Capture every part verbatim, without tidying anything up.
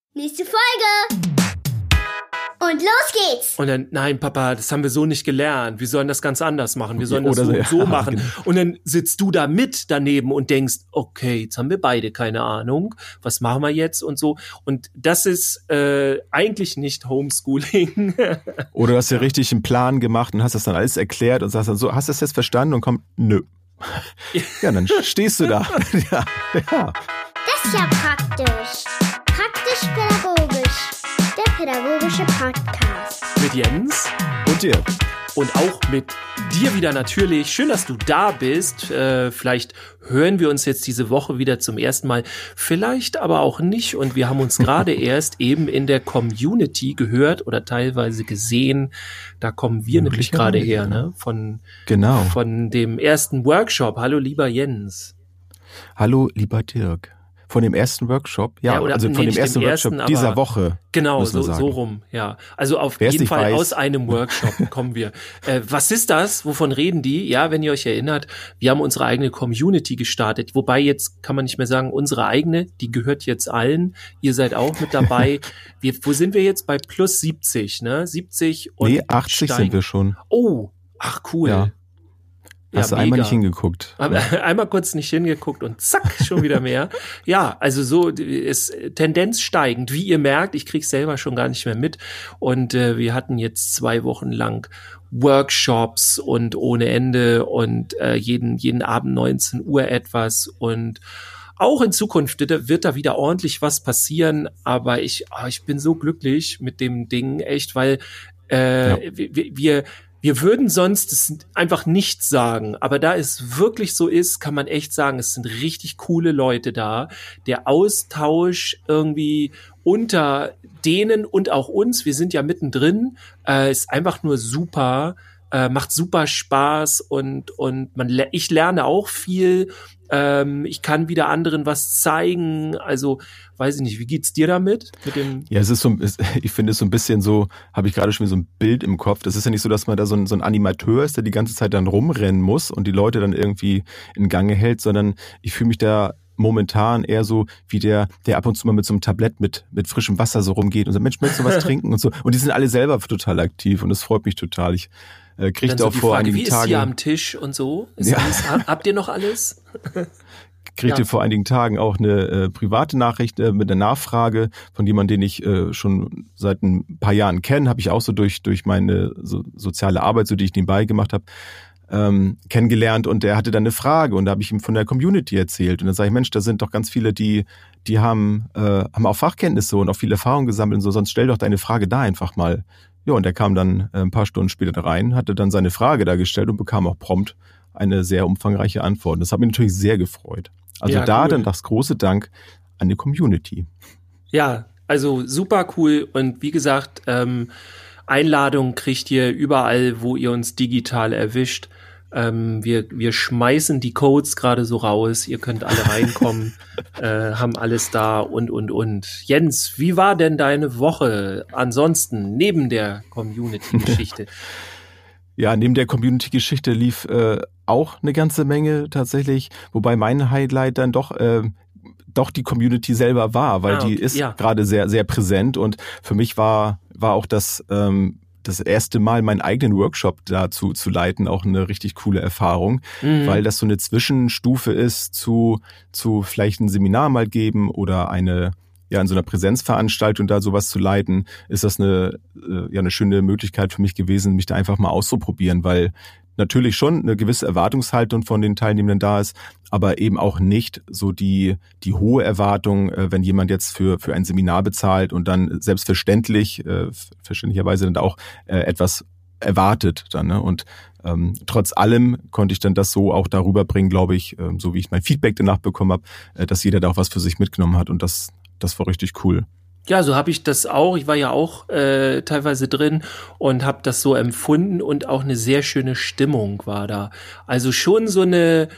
Nächste Folge! Und los geht's! Und dann, nein, Papa, das haben wir so nicht gelernt. Wir sollen das ganz anders machen. Wir sollen das Oder so, so, und so ja, machen. genau. Und dann sitzt du da mit daneben und denkst, okay, jetzt haben wir beide keine Ahnung. Was machen wir jetzt und so. Und das ist äh, eigentlich nicht Homeschooling. Oder du hast ja richtig einen Plan gemacht und hast das dann alles erklärt und sagst dann so, hast du das jetzt verstanden? Und kommt, nö. Ja, dann stehst du da. ja, ja. Das ist ja praktisch. Praktisch-pädagogisch. Der pädagogische Podcast. Mit Jens. Und dir? Und auch mit dir wieder natürlich. Schön, dass du da bist. Äh, vielleicht hören wir uns jetzt diese Woche wieder zum ersten Mal. Vielleicht aber auch nicht. Und wir haben uns gerade erst eben in der Community gehört oder teilweise gesehen. Da kommen wir nämlich gerade her, ne? Von, genau. von dem ersten Workshop. Hallo, lieber Jens. Hallo, lieber Dirk. Von dem ersten Workshop, ja, Ja, oder- also von nee, dem nicht ersten dem Workshop ersten, dieser aber- Woche. Genau, muss man so, sagen. so rum, ja. Also auf Wer es jeden nicht Fall weiß. aus einem Workshop kommen wir. Äh, was ist das? Wovon reden die? Ja, wenn ihr euch erinnert, wir haben unsere eigene Community gestartet. Wobei jetzt kann man nicht mehr sagen, unsere eigene, die gehört jetzt allen. Ihr seid auch mit dabei. wir, wo sind wir jetzt? Bei plus siebzig, ne? siebzig und Nee, achtzig steigen. sind wir schon. Oh, ach cool. Ja. Hast du einmal mega. nicht hingeguckt. Hab einmal kurz nicht hingeguckt und zack, schon wieder mehr. Ja, also so ist Tendenz steigend. Wie ihr merkt, ich krieg's selber schon gar nicht mehr mit. Und äh, wir hatten jetzt zwei Wochen lang Workshops und ohne Ende und äh, jeden jeden Abend neunzehn Uhr etwas. Und auch in Zukunft wird, wird da wieder ordentlich was passieren. Aber ich, oh, ich bin so glücklich mit dem Ding, echt, weil äh, Ja. wir, wir Wir würden sonst es einfach nicht sagen, aber da es wirklich so ist, kann man echt sagen, es sind richtig coole Leute da. Der Austausch irgendwie unter denen und auch uns, wir sind ja mittendrin, äh, ist einfach nur super, äh, macht super Spaß und und man le- ich lerne auch viel. Ähm, ich kann wieder anderen was zeigen. Also weiß ich nicht, wie geht's dir damit? Mit dem Ja, es ist so, es, ich finde es so ein bisschen so, habe ich gerade schon so ein Bild im Kopf. Das ist ja nicht so, dass man da so ein, so ein Animateur ist, der die ganze Zeit dann rumrennen muss und die Leute dann irgendwie in Gange hält, sondern ich fühle mich da momentan eher so wie der, der ab und zu mal mit so einem Tablett mit, mit frischem Wasser so rumgeht und sagt, Mensch, möchtest du was trinken und so. Und die sind alle selber total aktiv und das freut mich total. Ich äh, kriegte dann so auch die vor Frage, einigen wie ist hier Tagen, am Tisch und so? Ist Ja. alles, habt ihr noch alles? kriegte Ja. vor einigen Tagen auch eine äh, private Nachricht äh, mit einer Nachfrage von jemandem, den ich äh, schon seit ein paar Jahren kenne, habe ich auch so durch durch meine so, soziale Arbeit, so die ich nebenbei gemacht habe, ähm, kennengelernt und der hatte dann eine Frage und da habe ich ihm von der Community erzählt und dann sage ich, Mensch, da sind doch ganz viele, die die haben äh, haben auch Fachkenntnisse und auch viel Erfahrung gesammelt und so, sonst stell doch deine Frage da einfach mal. Ja, und der kam dann äh, ein paar Stunden später da rein, hatte dann seine Frage da gestellt und bekam auch prompt eine sehr umfangreiche Antwort. Das hat mich natürlich sehr gefreut. Also Ja, da cool. dann das große Dank an die Community. Ja, also super cool und wie gesagt, ähm, Einladungen kriegt ihr überall, wo ihr uns digital erwischt. Ähm, wir, wir schmeißen die Codes gerade so raus, ihr könnt alle reinkommen, äh, haben alles da und, und, und. Jens, wie war denn deine Woche ansonsten, neben der Community-Geschichte? Ja, neben der Community-Geschichte lief äh, auch eine ganze Menge tatsächlich, wobei mein Highlight dann doch äh, doch die Community selber war, weil Ah, okay, die ist ja. gerade sehr sehr präsent und für mich war war auch das ähm, das erste Mal meinen eigenen Workshop dazu zu leiten auch eine richtig coole Erfahrung, Mhm. weil das so eine Zwischenstufe ist zu zu vielleicht ein Seminar mal geben oder eine ja in so einer Präsenzveranstaltung da sowas zu leiten, ist das eine äh, ja eine schöne Möglichkeit für mich gewesen, mich da einfach mal auszuprobieren, weil natürlich schon eine gewisse Erwartungshaltung von den Teilnehmenden da ist, aber eben auch nicht so die die hohe Erwartung, äh, wenn jemand jetzt für für ein Seminar bezahlt und dann selbstverständlich äh, verständlicherweise dann auch äh, etwas erwartet dann, ne? Und ähm, trotz allem konnte ich dann das so auch darüber bringen, glaube ich, äh, so wie ich mein Feedback danach bekommen habe, äh, dass jeder da auch was für sich mitgenommen hat und das das war richtig cool. Ja, so habe ich das auch. Ich war ja auch äh, teilweise drin und habe das so empfunden und auch eine sehr schöne Stimmung war da. Also schon so eine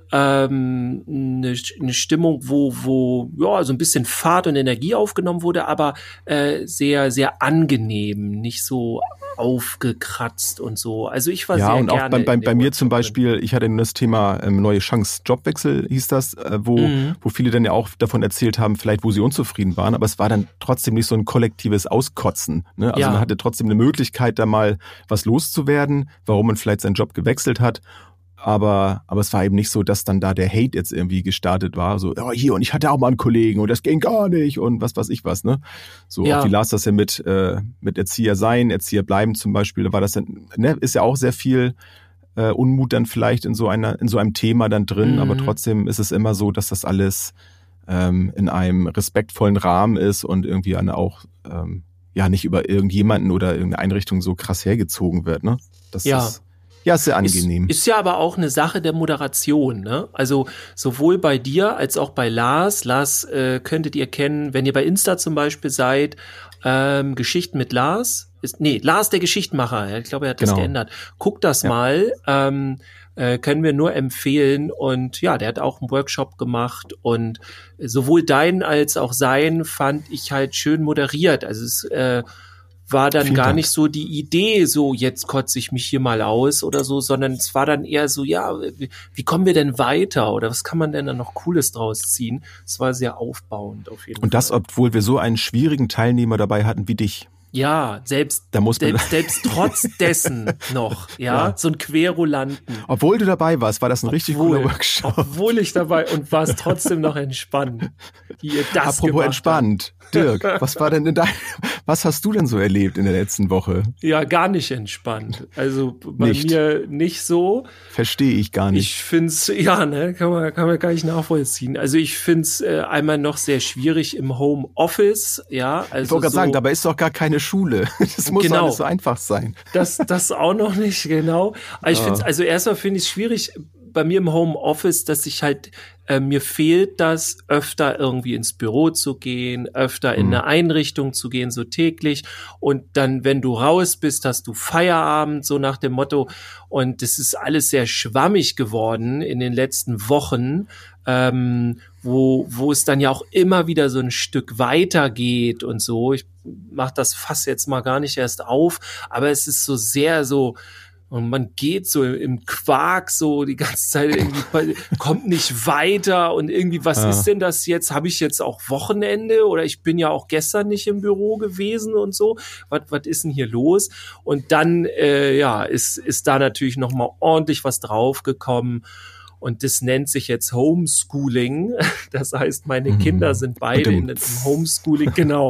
ähm, eine, eine Stimmung, wo, wo ja so ein bisschen Fahrt und Energie aufgenommen wurde, aber äh, sehr, sehr angenehm, nicht so aufgekratzt und so. Also ich war ja, sehr und gerne auch bei, bei, bei mir zum drin. Beispiel, ich hatte nur das Thema ähm, neue Chance, Jobwechsel hieß das, äh, wo, mhm. wo viele dann ja auch davon erzählt haben, vielleicht wo sie unzufrieden waren, aber es war dann trotzdem nicht so ein kollektives Auskotzen. Ne? Also Ja. man hatte trotzdem eine Möglichkeit, da mal was loszuwerden, warum man vielleicht seinen Job gewechselt hat. Aber, aber es war eben nicht so, dass dann da der Hate jetzt irgendwie gestartet war. So, oh, hier, und ich hatte auch mal einen Kollegen und das ging gar nicht und was weiß ich was, ne? So, ja. auch wie Lars das ja mit, äh, mit Erzieher sein, Erzieher bleiben zum Beispiel, da war das dann, ne, ist ja auch sehr viel äh, Unmut dann vielleicht in so einer, in so einem Thema dann drin, mhm. aber trotzdem ist es immer so, dass das alles ähm, in einem respektvollen Rahmen ist und irgendwie dann auch, ähm, ja, nicht über irgendjemanden oder irgendeine Einrichtung so krass hergezogen wird, ne? Das ja. ist Ja, ist sehr angenehm. Ist, ist ja aber auch eine Sache der Moderation, ne? Also sowohl bei dir als auch bei Lars. Lars äh, könntet ihr kennen, wenn ihr bei Insta zum Beispiel seid, ähm, Geschichten mit Lars. Ist, nee, Lars der Geschichtenmacher. Ich glaube, er hat genau. das geändert. Guckt das ja. mal. Ähm, äh, können wir nur empfehlen. Und ja, der hat auch einen Workshop gemacht. Und sowohl dein als auch sein fand ich halt schön moderiert. Also es äh, war dann Vielen gar Dank. nicht so die Idee, so jetzt kotze ich mich hier mal aus oder so, sondern es war dann eher so, ja, wie, wie kommen wir denn weiter oder was kann man denn dann noch Cooles draus ziehen? Es war sehr aufbauend auf jeden Und Fall. das, obwohl wir so einen schwierigen Teilnehmer dabei hatten wie dich. Ja, selbst, Da muss man selbst, selbst trotz dessen noch, ja, Ja. so ein Querulanten. Obwohl du dabei warst, war das ein richtig Obwohl, cooler Workshop. Obwohl ich dabei und war es trotzdem noch entspannt, wie ihr das Apropos gemacht entspannt. Dirk, was war denn in dein, was hast du denn so erlebt in der letzten Woche? habt. Ja, gar nicht entspannt. Also bei Nicht. mir nicht so. Verstehe ich gar nicht. Ich find's, ja, ne, kann man, kann man gar nicht nachvollziehen. Also ich find's äh, einmal noch sehr schwierig im Homeoffice, ja. Also ich wollte gerade so, sagen, dabei ist doch gar keine Schule. Das muss Genau. doch alles so einfach sein. Das, das auch noch nicht, genau. Aber ich Ah. find's, also erstmal finde ich es schwierig bei mir im Homeoffice, dass ich halt, äh, mir fehlt das, öfter irgendwie ins Büro zu gehen, öfter in Mhm. eine Einrichtung zu gehen, so täglich. Und dann, wenn du raus bist, hast du Feierabend, so nach dem Motto. Und das ist alles sehr schwammig geworden in den letzten Wochen, ähm, wo, wo es dann ja auch immer wieder so ein Stück weiter geht und so. Ich mach das Fass jetzt mal gar nicht erst auf, aber es ist so sehr so, und man geht so im Quark so die ganze Zeit irgendwie, kommt nicht weiter und irgendwie, was Ja. ist denn das jetzt? Habe ich jetzt auch Wochenende oder ich bin ja auch gestern nicht im Büro gewesen und so. Was, was ist denn hier los? Und dann, äh, ja, ist, ist da natürlich nochmal ordentlich was draufgekommen. Und das nennt sich jetzt Homeschooling. Das heißt, meine Mhm. Kinder sind beide in Bedimmt. im Homeschooling, genau,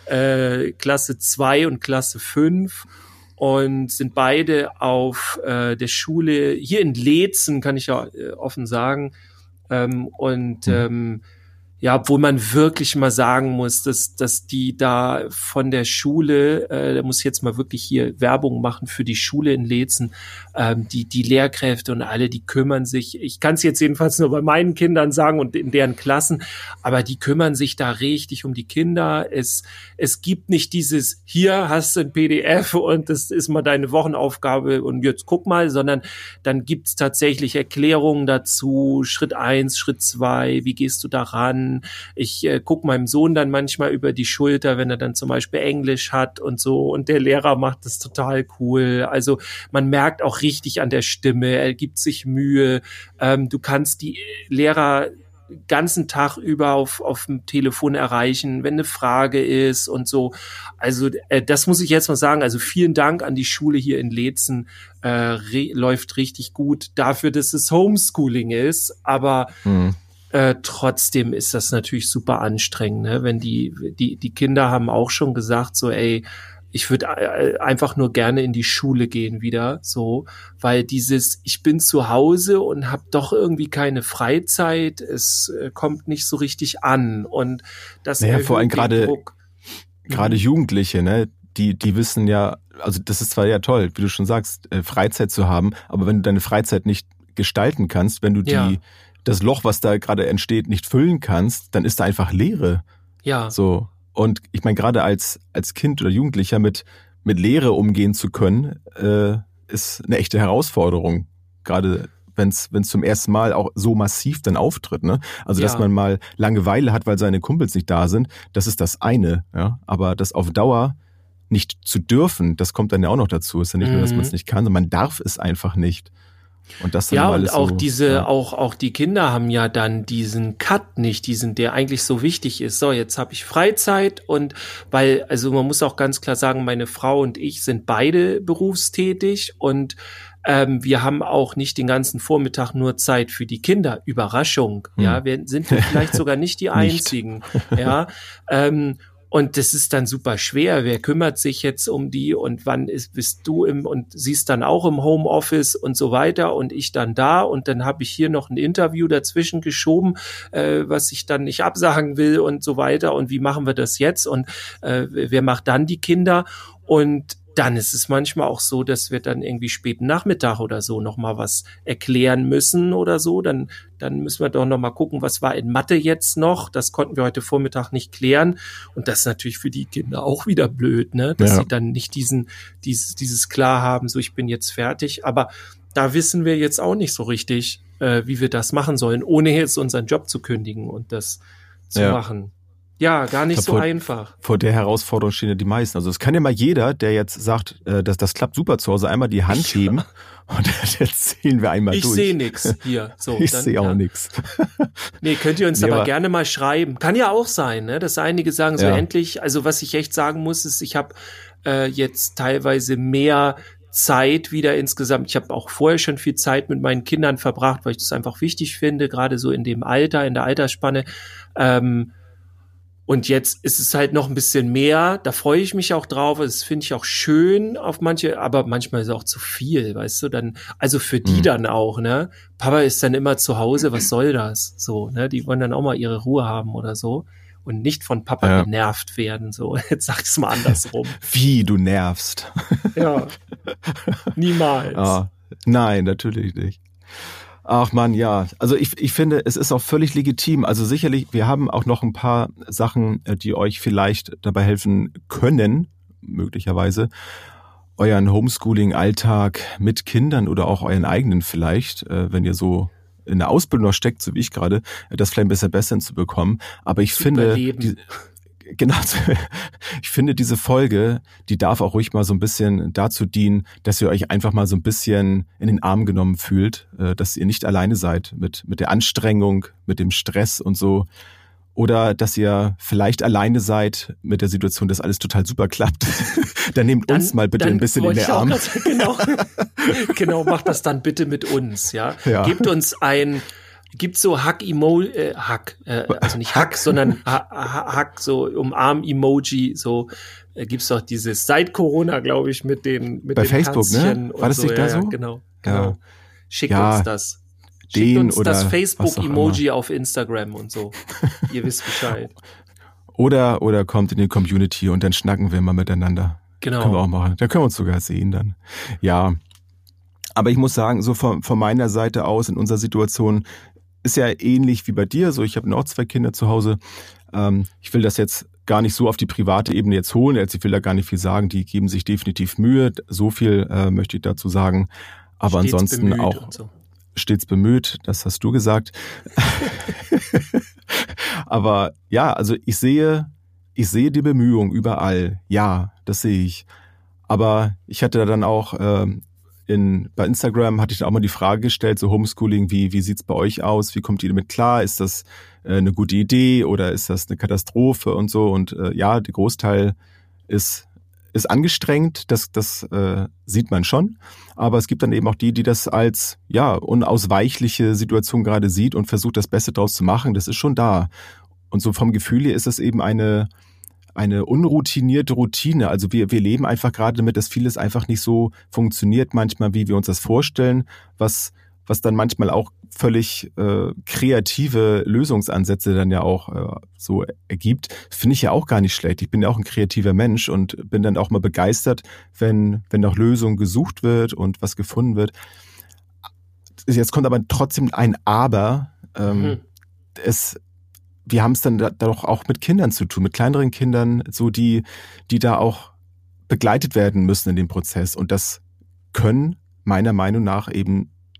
äh, Klasse zwei und Klasse fünf. Und sind beide auf äh, der Schule hier in Leetzen, kann ich ja äh, offen sagen. Ähm, und Mhm. ähm, ja, obwohl man wirklich mal sagen muss, dass, dass die da von der Schule, äh, da muss ich jetzt mal wirklich hier Werbung machen für die Schule in Leetzen, ähm, die, die Lehrkräfte und alle, die kümmern sich, ich kann es jetzt jedenfalls nur bei meinen Kindern sagen und in deren Klassen, aber die kümmern sich da richtig um die Kinder. Es, es gibt nicht dieses, hier hast du ein P D F und das ist mal deine Wochenaufgabe und jetzt guck mal, sondern dann gibt's tatsächlich Erklärungen dazu, Schritt eins, Schritt zwei, wie gehst du daran? Ich äh, gucke meinem Sohn dann manchmal über die Schulter, wenn er dann zum Beispiel Englisch hat und so und der Lehrer macht das total cool. Also man merkt auch richtig an der Stimme, er gibt sich Mühe. Ähm, du kannst die Lehrer ganzen Tag über auf, auf dem Telefon erreichen, wenn eine Frage ist und so. Also äh, das muss ich jetzt mal sagen. Also vielen Dank an die Schule hier in Leetzen. Äh, re- läuft richtig gut dafür, dass es Homeschooling ist. Aber Mhm. Äh, trotzdem ist das natürlich super anstrengend, ne? Wenn die, die, die Kinder haben auch schon gesagt, so, ey, ich würde äh, einfach nur gerne in die Schule gehen wieder, so, weil dieses, ich bin zu Hause und habe doch irgendwie keine Freizeit, es äh, kommt nicht so richtig an und das Naja, vor allem erhöht den gerade- Druck. Gerade Mhm. Jugendliche, ne, die, die wissen ja, also das ist zwar ja toll, wie du schon sagst, äh, Freizeit zu haben, aber wenn du deine Freizeit nicht gestalten kannst, wenn du die, Ja. das Loch, was da gerade entsteht, nicht füllen kannst, dann ist da einfach Leere. Ja, So. Und ich meine, gerade als, als Kind oder Jugendlicher mit, mit Leere umgehen zu können, äh, ist eine echte Herausforderung. Gerade wenn es wenn es zum ersten Mal auch so massiv dann auftritt, ne? Also Ja. dass man mal Langeweile hat, weil seine Kumpels nicht da sind, das ist das eine, ja. Aber das auf Dauer nicht zu dürfen, das kommt dann ja auch noch dazu. Es ist ja nicht nur, dass man es nicht kann, sondern man darf es einfach nicht. Und das dann Ja, immer und alles auch so, diese, ja. auch, auch die Kinder haben ja dann diesen Cut nicht, diesen, der eigentlich so wichtig ist. So, jetzt habe ich Freizeit und weil, also man muss auch ganz klar sagen, meine Frau und ich sind beide berufstätig und ähm, wir haben auch nicht den ganzen Vormittag nur Zeit für die Kinder. Überraschung, Hm. ja, wir sind wir vielleicht sogar nicht die Einzigen, ja, ähm, und das ist dann super schwer. Wer kümmert sich jetzt um die und wann ist, bist du im und siehst dann auch im Homeoffice und so weiter und ich dann da und dann habe ich hier noch ein Interview dazwischen geschoben, äh, was ich dann nicht absagen will und so weiter und wie machen wir das jetzt und äh, wer macht dann die Kinder und dann ist es manchmal auch so, dass wir dann irgendwie späten Nachmittag oder so nochmal was erklären müssen oder so. Dann, dann müssen wir doch nochmal gucken, was war in Mathe jetzt noch. Das konnten wir heute Vormittag nicht klären. Und das ist natürlich für die Kinder auch wieder blöd, ne? Dass Ja. sie dann nicht diesen, dieses, dieses klar haben, so ich bin jetzt fertig. Aber da wissen wir jetzt auch nicht so richtig, äh, wie wir das machen sollen, ohne jetzt unseren Job zu kündigen und das zu Ja. machen. Ja, gar nicht Ich so glaub, vor- einfach. Vor der Herausforderung stehen ja die meisten. Also es kann ja mal jeder, der jetzt sagt, äh, dass das klappt super zu Hause, einmal die Hand Ja. heben und dann zählen wir einmal Ich durch. sehe nix hier. So, Ich dann, sehe auch ja. nichts. Nee, könnt ihr uns Nee, aber, aber- gerne mal schreiben. Kann ja auch sein, ne, dass einige sagen so Ja. endlich, also was ich echt sagen muss, ist, ich habe äh, jetzt teilweise mehr Zeit wieder insgesamt. Ich habe auch vorher schon viel Zeit mit meinen Kindern verbracht, weil ich das einfach wichtig finde, gerade so in dem Alter, in der Altersspanne. Ähm, Und jetzt ist es halt noch ein bisschen mehr, da freue ich mich auch drauf, das finde ich auch schön auf manche, aber manchmal ist es auch zu viel, weißt du, dann, also für die Mhm. dann auch, ne, Papa ist dann immer zu Hause, was soll das, so, ne, die wollen dann auch mal ihre Ruhe haben oder so und nicht von Papa Ja. genervt werden, so, jetzt sag ich's mal andersrum, Wie du nervst. ja, niemals. Ah, nein, natürlich nicht. Ach man, ja. Also ich, ich finde, es ist auch völlig legitim. Also sicherlich, wir haben auch noch ein paar Sachen, äh, die euch vielleicht dabei helfen können, möglicherweise, euren Homeschooling-Alltag mit Kindern oder auch euren eigenen vielleicht, äh, wenn ihr so in der Ausbildung noch steckt, so wie ich gerade, äh, das vielleicht ein bisschen besser hinzubekommen. Aber ich Zu finde, überleben. die, genau, ich finde diese Folge, die darf auch ruhig mal so ein bisschen dazu dienen, dass ihr euch einfach mal so ein bisschen in den Arm genommen fühlt, äh, dass ihr nicht alleine seid mit mit der Anstrengung, mit dem Stress und so. Oder dass ihr vielleicht alleine seid mit der Situation, dass alles total super klappt. Dann nehmt Dann- uns mal bitte dann ein bisschen in wollte den ich auch Arm. grad sagen, Genau, genau, macht das dann bitte mit uns, ja. Ja. Gebt uns ein, gibt so Hack-Emo, äh, Hack, äh, also nicht Hack, sondern ha ha Hack, so Umarm-Emoji, so äh, gibt's doch dieses seit Corona, glaube ich, mit den mit Bei den Facebook, ne? Herzchen War und das so. nicht da ja, ja, so? Genau, Ja. genau. Schickt Ja, uns das. Schickt den uns oder das was auch Facebook-Emoji auf Instagram und so. Ihr wisst Bescheid. Oder oder kommt in die Community und dann schnacken wir mal miteinander. Genau. Können wir auch machen. Da können wir uns sogar sehen dann. Ja. Aber ich muss sagen, so von, von meiner Seite aus in unserer Situation ist ja ähnlich wie bei dir. So, ich habe noch zwei Kinder zu Hause. Ähm, ich will das jetzt gar nicht so auf die private Ebene jetzt holen. Jetzt, ich will da gar nicht viel sagen. Die geben sich definitiv Mühe. So viel äh, möchte ich dazu sagen. Aber Stets ansonsten bemüht auch und so. stets bemüht. Das hast du gesagt. Aber ja, also ich sehe, ich sehe die Bemühung überall. Ja, das sehe ich. Aber ich hatte da dann auch ähm, in bei Instagram hatte ich dann auch mal die Frage gestellt, so Homeschooling, wie wie sieht's bei euch aus? Wie kommt ihr damit klar? Ist das äh, eine gute Idee oder ist das eine Katastrophe und so? Und äh, ja, der Großteil ist ist angestrengt, das das äh, sieht man schon. Aber es gibt dann eben auch die, die das als ja unausweichliche Situation gerade sieht und versucht, das Beste draus zu machen. Das ist schon da. Und so vom Gefühl her ist es eben eine eine unroutinierte Routine. Also wir wir leben einfach gerade damit, dass vieles einfach nicht so funktioniert manchmal, wie wir uns das vorstellen, was was dann manchmal auch völlig äh, kreative Lösungsansätze dann ja auch äh, so ergibt, finde ich ja auch gar nicht schlecht. Ich bin ja auch ein kreativer Mensch und bin dann auch mal begeistert, wenn wenn nach Lösungen gesucht wird und was gefunden wird. Jetzt kommt aber trotzdem ein Aber. Ähm, Mhm. Es wir haben es dann da, doch auch mit Kindern zu tun, mit kleineren Kindern, so die, die da auch begleitet werden müssen in dem Prozess. Und das können meiner Meinung nach eben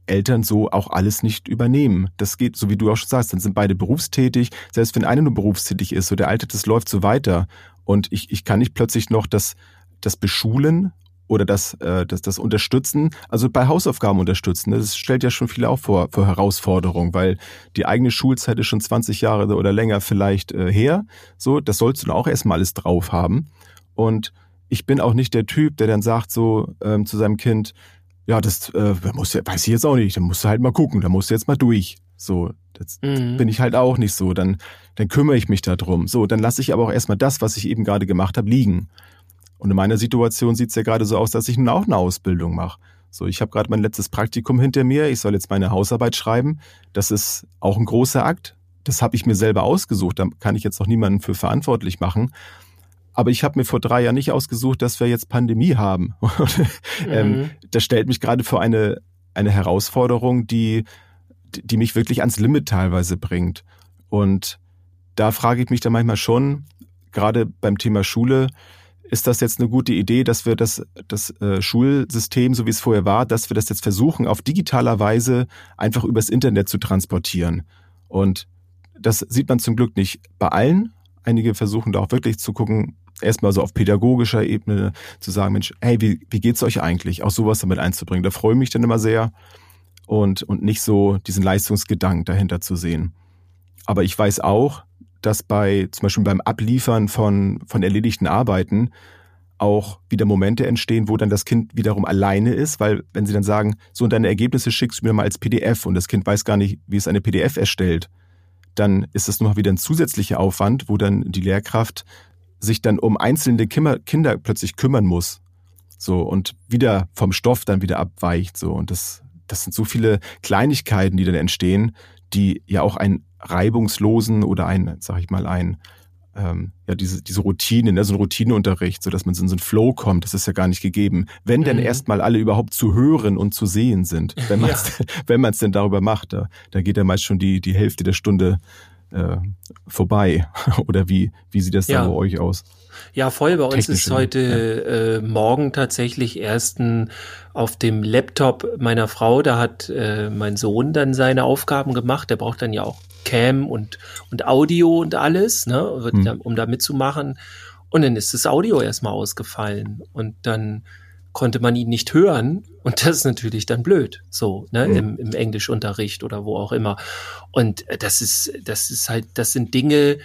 Eltern so auch alles nicht übernehmen. Das geht, so wie du auch schon sagst, dann sind beide berufstätig. Selbst wenn einer nur berufstätig ist, so der Alltag, das läuft so weiter. Und ich, ich kann nicht plötzlich noch das, das Beschulen oder das, äh, das, das Unterstützen, also bei Hausaufgaben unterstützen. Das stellt ja schon viele auch vor, vor Herausforderungen, weil die eigene Schulzeit ist schon zwanzig Jahre oder länger vielleicht äh, her. So, das sollst du dann auch erstmal alles drauf haben. Und ich bin auch nicht der Typ, der dann sagt so ähm, zu seinem Kind, ja, das äh, muss, weiß ich jetzt auch nicht, dann musst du halt mal gucken, da musst du jetzt mal durch. So, das mhm. bin ich halt auch nicht so. Dann, dann kümmere ich mich darum. So, dann lasse ich aber auch erstmal das, was ich eben gerade gemacht habe, liegen. Und in meiner Situation sieht es ja gerade so aus, dass ich nun auch eine Ausbildung mache. So, ich habe gerade mein letztes Praktikum hinter mir, ich soll jetzt meine Hausarbeit schreiben. Das ist auch ein großer Akt. Das habe ich mir selber ausgesucht, da kann ich jetzt noch niemanden für verantwortlich machen. Aber ich habe mir vor drei Jahren nicht ausgesucht, dass wir jetzt Pandemie haben. mhm. ähm, das stellt mich gerade vor eine, eine Herausforderung, die, die mich wirklich ans Limit teilweise bringt. Und da frage ich mich dann manchmal schon, gerade beim Thema Schule, ist das jetzt eine gute Idee, dass wir das, das äh, Schulsystem, so wie es vorher war, dass wir das jetzt versuchen, auf digitaler Weise einfach übers Internet zu transportieren. Und das sieht man zum Glück nicht bei allen. Einige versuchen da auch wirklich zu gucken, erstmal so auf pädagogischer Ebene zu sagen, Mensch, hey, wie, wie geht's euch eigentlich? Auch sowas damit einzubringen. Da freue ich mich dann immer sehr und, und nicht so diesen Leistungsgedanken dahinter zu sehen. Aber ich weiß auch, dass bei, zum Beispiel beim Abliefern von, von erledigten Arbeiten auch wieder Momente entstehen, wo dann das Kind wiederum alleine ist, weil wenn sie dann sagen, so und deine Ergebnisse schickst du mir mal als P D F und das Kind weiß gar nicht, wie es eine P D F erstellt, dann ist das nochmal wieder ein zusätzlicher Aufwand, wo dann die Lehrkraft sich dann um einzelne Kinder plötzlich kümmern muss. So, und wieder vom Stoff dann wieder abweicht. So, und das, das sind so viele Kleinigkeiten, die dann entstehen, die ja auch einen reibungslosen oder einen, sag ich mal, ein, ähm, ja, diese, diese Routine, ne, so ein Routineunterricht, so dass man so in so einen Flow kommt, das ist ja gar nicht gegeben. Wenn mhm. denn erstmal alle überhaupt zu hören und zu sehen sind, wenn man es ja. wenn man es denn darüber macht, da, da geht ja meist schon die, die Hälfte der Stunde äh, vorbei. Oder wie, wie sieht das ja. da bei euch aus? Ja, voll. Bei uns ist heute ja. äh, morgen tatsächlich erst ein, auf dem Laptop meiner Frau, da hat äh, mein Sohn dann seine Aufgaben gemacht. Der braucht dann ja auch Cam und, und Audio und alles, ne, hm. um da mitzumachen. Und dann ist das Audio erstmal ausgefallen. Und dann konnte man ihn nicht hören. Und das ist natürlich dann blöd, so, ne, hm. im, im Englischunterricht oder wo auch immer. Und das ist, das ist halt, das sind Dinge,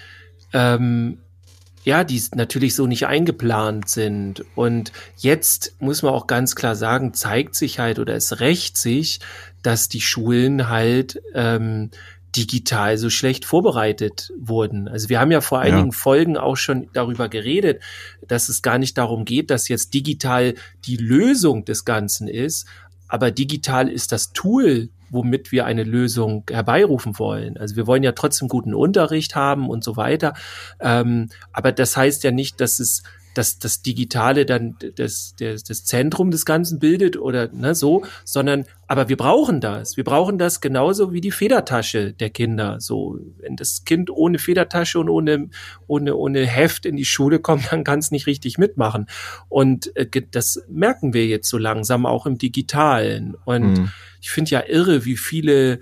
ähm, ja, die natürlich so nicht eingeplant sind. Und jetzt muss man auch ganz klar sagen, zeigt sich halt oder es rächt sich, dass die Schulen halt ähm, digital so schlecht vorbereitet wurden. Also wir haben ja vor einigen ja. Folgen auch schon darüber geredet, dass es gar nicht darum geht, dass jetzt digital die Lösung des Ganzen ist, aber digital ist das Tool, womit wir eine Lösung herbeirufen wollen. Also wir wollen ja trotzdem guten Unterricht haben und so weiter. Ähm, aber das heißt ja nicht, dass es, dass das Digitale dann das, das, das Zentrum des Ganzen bildet oder ne, so, sondern, aber wir brauchen das. Wir brauchen das genauso wie die Federtasche der Kinder. So, wenn das Kind ohne Federtasche und ohne, ohne, ohne Heft in die Schule kommt, dann kann es nicht richtig mitmachen. Und äh, das merken wir jetzt so langsam auch im Digitalen. Und mhm. ich finde ja irre, wie viele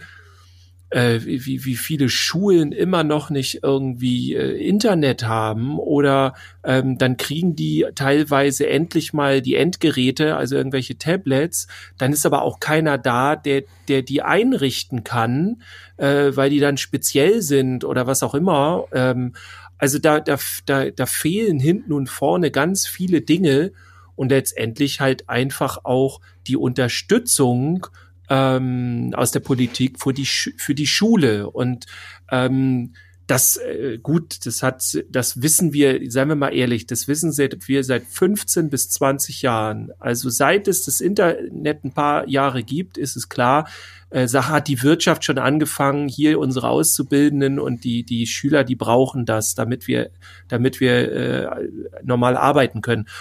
Äh, wie, wie viele Schulen immer noch nicht irgendwie äh, Internet haben oder ähm, dann kriegen die teilweise endlich mal die Endgeräte, also irgendwelche Tablets, dann ist aber auch keiner da, der der die einrichten kann, äh, weil die dann speziell sind oder was auch immer. Ähm, also da, da, da, da fehlen hinten und vorne ganz viele Dinge und letztendlich halt einfach auch die Unterstützung Ähm, aus der Politik für die für die Schule und ähm, das äh, gut, das hat, das wissen wir, seien wir mal ehrlich, das wissen wir seit fünfzehn bis zwanzig Jahren. Also seit es das Internet ein paar Jahre gibt, ist es klar, äh, hat die Wirtschaft schon angefangen, hier unsere Auszubildenden und die die Schüler, die brauchen das, damit wir damit wir äh, normal arbeiten können.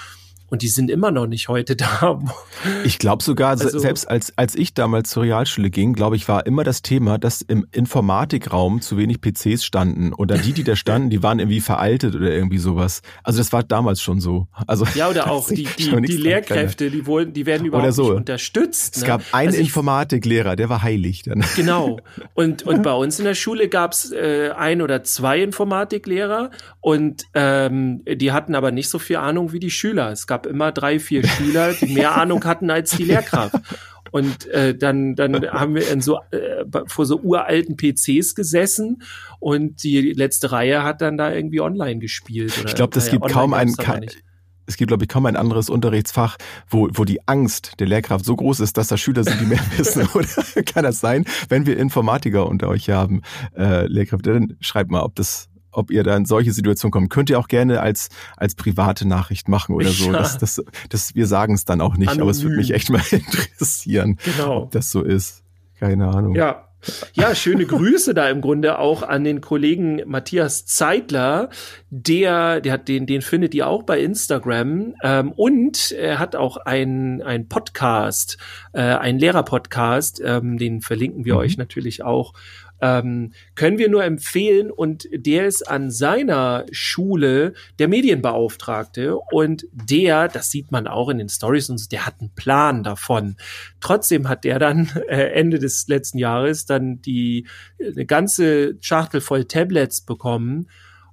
Und die sind immer noch nicht heute da. Ich glaube sogar, Also- selbst als, als ich damals zur Realschule ging, glaube ich, war immer das Thema, dass im Informatikraum zu wenig P Cs standen. Oder die, die da standen, die waren irgendwie veraltet oder irgendwie sowas. Also das war damals schon so. Also Ja, oder auch die, die, die Lehrkräfte, die wurden, die werden überhaupt Oder so. nicht unterstützt. Es ne? gab einen Also ich- Informatiklehrer, der war heilig dann. Genau. Und, und bei uns in der Schule gab's äh, ein oder zwei Informatiklehrer und ähm, die hatten aber nicht so viel Ahnung wie die Schüler. Es gab immer drei, vier Schüler, die mehr Ahnung hatten als die Lehrkraft. Und äh, dann, dann haben wir in so, äh, vor so uralten P Cs gesessen und die letzte Reihe hat dann da irgendwie online gespielt. Oder, Ich glaube, das naja, gibt online kaum ein, gab's aber ke- nicht. es gibt, glaube ich, kaum ein anderes Unterrichtsfach, wo, wo die Angst der Lehrkraft so groß ist, dass da Schüler sind, die mehr wissen. Oder kann das sein? Wenn wir Informatiker unter euch haben, äh, Lehrkräfte, dann schreibt mal, ob das, ob ihr da in solche Situationen kommt. Könnt ihr auch gerne als, als private Nachricht machen oder so. Ja. Das, das, das, wir sagen es dann auch nicht, aber es würde Anonym. mich echt mal interessieren, Genau. ob das so ist. Keine Ahnung. Ja. Ja, schöne Grüße da im Grunde auch an den Kollegen Matthias Zeitler, der, der hat den, den findet ihr auch bei Instagram, ähm, und er hat auch ein, ein Podcast, äh, ein Lehrerpodcast, ähm, den verlinken wir Mhm. euch natürlich auch. Ähm, können wir nur empfehlen, und der ist an seiner Schule der Medienbeauftragte, und der, das sieht man auch in den Stories, und so, der hat einen Plan davon. Trotzdem hat der dann äh, Ende des letzten Jahres dann die eine ganze Schachtel voll Tablets bekommen,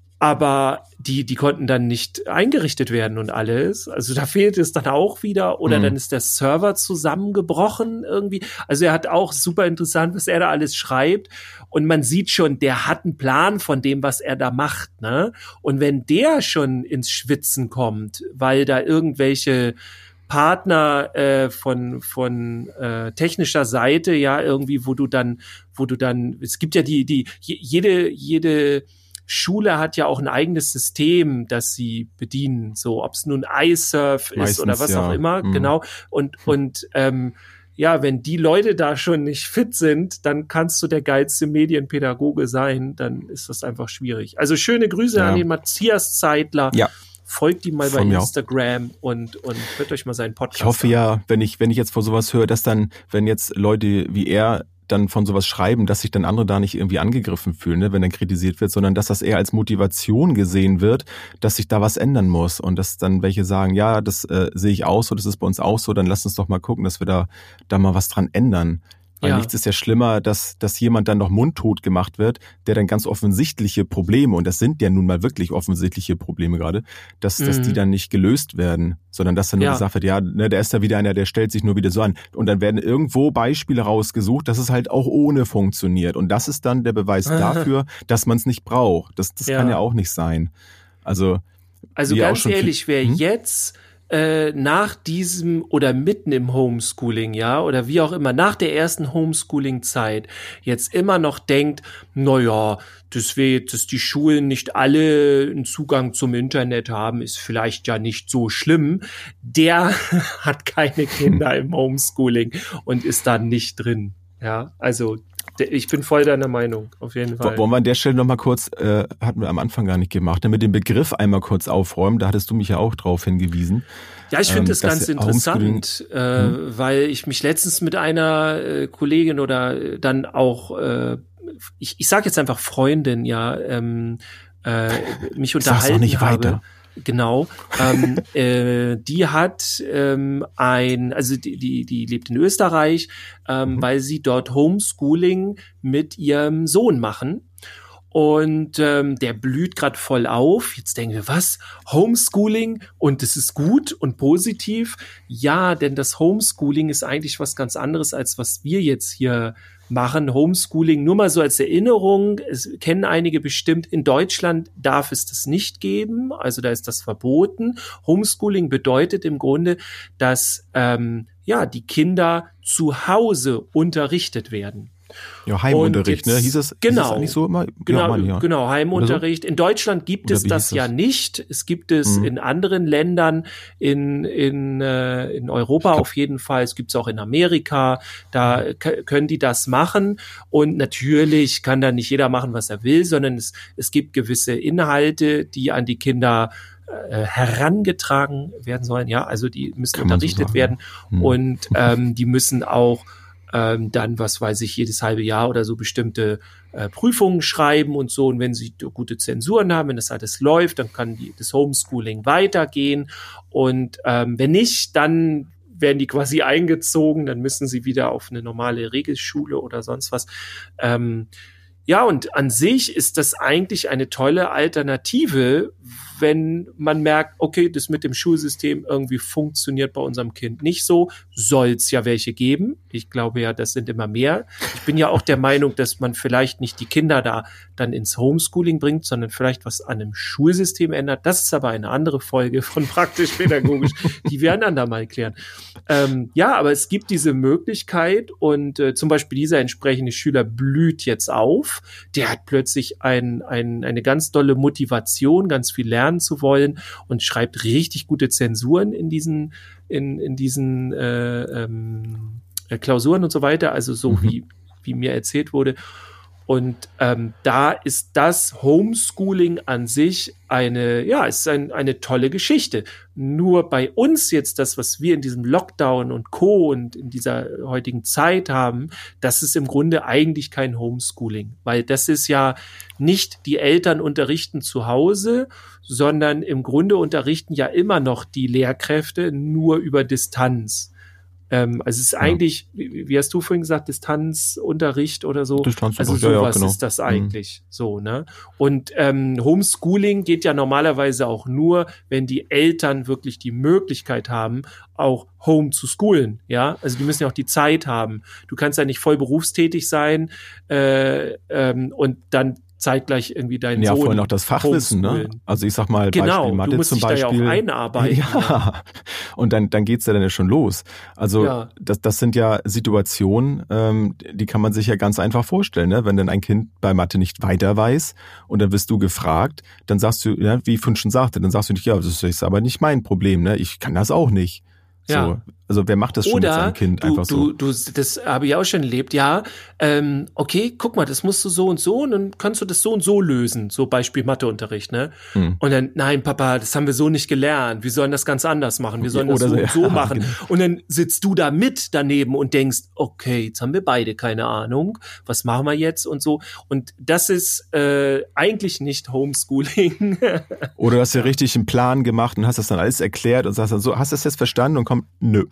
aber die die konnten dann nicht eingerichtet werden und alles. Also da fehlt es dann auch wieder, oder Mhm. dann ist der Server zusammengebrochen irgendwie. Also er hat auch super interessant, was er da alles schreibt, und man sieht schon, der hat einen Plan von dem, was er da macht, ne? Und wenn der schon ins Schwitzen kommt, weil da irgendwelche Partner äh, von von äh, technischer Seite, ja, irgendwie, wo du dann, wo du dann, es gibt ja die die je- jede jede Schule hat ja auch ein eigenes System, das sie bedienen, so ob es nun iSurf ist Meistens, oder was ja. auch immer, Mhm. genau. Und und ähm, ja, wenn die Leute da schon nicht fit sind, dann kannst du der geilste Medienpädagoge sein, dann ist das einfach schwierig. Also schöne Grüße Ja. an den Matthias Zeitler. Ja. Folgt ihm mal bei Von mir auch. Instagram und und hört euch mal seinen Podcast Ich hoffe an. ja, wenn ich, wenn ich jetzt von sowas höre, dass dann, wenn jetzt Leute wie er dann von sowas schreiben, dass sich dann andere da nicht irgendwie angegriffen fühlen, ne, wenn dann kritisiert wird, sondern dass das eher als Motivation gesehen wird, dass sich da was ändern muss, und dass dann welche sagen, ja, das äh, sehe ich auch so, das ist bei uns auch so, dann lass uns doch mal gucken, dass wir da da mal was dran ändern. Weil Ja. nichts ist ja schlimmer, dass, dass jemand dann noch mundtot gemacht wird, der dann ganz offensichtliche Probleme, und das sind ja nun mal wirklich offensichtliche Probleme gerade, dass, dass Mhm. die dann nicht gelöst werden, sondern dass dann nur Ja. gesagt wird, ja, ne, da ist da wieder einer, der stellt sich nur wieder so an. Und dann werden irgendwo Beispiele rausgesucht, dass es halt auch ohne funktioniert. Und das ist dann der Beweis dafür, dass man es nicht braucht. Das, das Ja. kann ja auch nicht sein. Also, Also wie auch ganz schon viel- ehrlich, wer Hm? jetzt äh, nach diesem oder mitten im Homeschooling, ja, oder wie auch immer, nach der ersten Homeschooling-Zeit jetzt immer noch denkt, na ja, das wäre jetzt, dass die Schulen nicht alle einen Zugang zum Internet haben, ist vielleicht ja nicht so schlimm, der hat keine Kinder im Homeschooling und ist da nicht drin. Ja, also der, ich bin voll deiner Meinung, auf jeden Fall. wollen wir an der Stelle nochmal kurz, äh, hatten wir am Anfang gar nicht gemacht, ne, mit dem Begriff einmal kurz aufräumen, da hattest du mich ja auch drauf hingewiesen. Ja, ich finde Ähm, das dass ganz der interessant, äh, weil ich mich letztens mit einer äh, Kollegin oder äh, dann auch, äh, ich, ich sage jetzt einfach Freundin, ja, ähm, äh, mich Sag's unterhalten doch nicht habe. weiter. Genau. ähm, äh, die hat ähm, ein, also die, die, die lebt in Österreich, ähm, Mhm. weil sie dort Homeschooling mit ihrem Sohn machen. Und ähm, der blüht gerade voll auf. Jetzt denken wir, was? Homeschooling? Und das ist gut und positiv? Ja, denn das Homeschooling ist eigentlich was ganz anderes, als was wir jetzt hier machen. Homeschooling, nur mal so als Erinnerung, es kennen einige bestimmt, in Deutschland darf es das nicht geben, also da ist das verboten. Homeschooling bedeutet im Grunde, dass ähm, ja die Kinder zu Hause unterrichtet werden. Ja, Heimunterricht, Und jetzt- ne? Hieß es, genau. hieß es eigentlich so immer? Genau, ja, Mann, ja. genau, Heimunterricht. In Deutschland gibt Oder es wie das hieß ja das? nicht. Es gibt es Mhm. in anderen Ländern, in in äh, in Europa glaub- auf jeden Fall. Es gibt es auch in Amerika. Da k- können die das machen. Und natürlich kann da nicht jeder machen, was er will, sondern es es gibt gewisse Inhalte, die an die Kinder äh, herangetragen werden sollen. Ja, also die müssen Kann man so unterrichtet sagen, werden ja. Hm. und ähm, die müssen auch ähm, dann, was weiß ich, jedes halbe Jahr oder so bestimmte äh, Prüfungen schreiben und so. Und wenn sie gute Zensuren haben, wenn das alles läuft, dann kann die, das Homeschooling weitergehen. Und ähm, wenn nicht, dann werden die quasi eingezogen, dann müssen sie wieder auf eine normale Regelschule oder sonst was. Ähm, ja, und an sich ist das eigentlich eine tolle Alternative, wenn man merkt, okay, das mit dem Schulsystem irgendwie funktioniert bei unserem Kind nicht so, soll es ja welche geben. Ich glaube ja, das sind immer mehr. Ich bin ja auch der Meinung, dass man vielleicht nicht die Kinder da dann ins Homeschooling bringt, sondern vielleicht was an einem Schulsystem ändert. Das ist aber eine andere Folge von Praktisch-Pädagogisch. Die werden dann da mal klären. Ähm, ja, aber es gibt diese Möglichkeit und äh, zum Beispiel dieser entsprechende Schüler blüht jetzt auf. Der hat plötzlich ein, ein, eine ganz dolle Motivation, ganz viel lernen zu wollen und schreibt richtig gute Zensuren in diesen, in, in diesen äh, ähm, Klausuren und so weiter, also so mhm. wie, wie mir erzählt wurde. Und ähm, da ist das Homeschooling an sich eine, ja, ist ein, eine tolle Geschichte. Nur bei uns jetzt das, was wir in diesem Lockdown und Co. und in dieser heutigen Zeit haben, das ist im Grunde eigentlich kein Homeschooling, weil das ist ja nicht die Eltern unterrichten zu Hause, sondern im Grunde unterrichten ja immer noch die Lehrkräfte nur über Distanz. Ähm, also es ist ja. eigentlich, wie, wie hast du vorhin gesagt, Distanzunterricht oder so. Also sowas ja, ja, genau. ist das eigentlich mhm. so, ne? Und ähm, Homeschooling geht ja normalerweise auch nur, wenn die Eltern wirklich die Möglichkeit haben, auch home zu schoolen, ja? Also die müssen ja auch die Zeit haben. Du kannst ja nicht voll berufstätig sein äh, ähm, und dann zeitgleich irgendwie deinen ja, Sohn. Ja, vorhin auch das Fachwissen, ne? Also ich sag mal, genau, Beispiel Mathe du musst zum dich Beispiel. Da ja auch einarbeiten. Ja, ja. Und dann, dann geht's ja dann ja schon los. Also ja. das, das sind ja Situationen, ähm, die kann man sich ja ganz einfach vorstellen, ne? Wenn dann ein Kind bei Mathe nicht weiter weiß und dann wirst du gefragt, dann sagst du, ja, wie ich vorhin schon sagte, dann sagst du nicht, ja, das ist aber nicht mein Problem, ne? Ich kann das auch nicht. So, ja. Also wer macht das schon Oder mit seinem Kind du, einfach so? Du, du, das habe ich auch schon erlebt, ja. Ähm, okay, guck mal, das musst du so und so und dann kannst du das so und so lösen. So Beispiel Matheunterricht, ne? Hm. Und dann, nein, Papa, das haben wir so nicht gelernt. Wir sollen das ganz anders machen. Wir sollen das Oder so und so ja, machen. Genau. Und dann sitzt du da mit daneben und denkst, okay, jetzt haben wir beide keine Ahnung. Was machen wir jetzt und so? Und das ist äh, eigentlich nicht Homeschooling. Oder du hast ja richtig einen Plan gemacht und hast das dann alles erklärt und sagst dann so, hast du das jetzt verstanden? Und kommt, nö.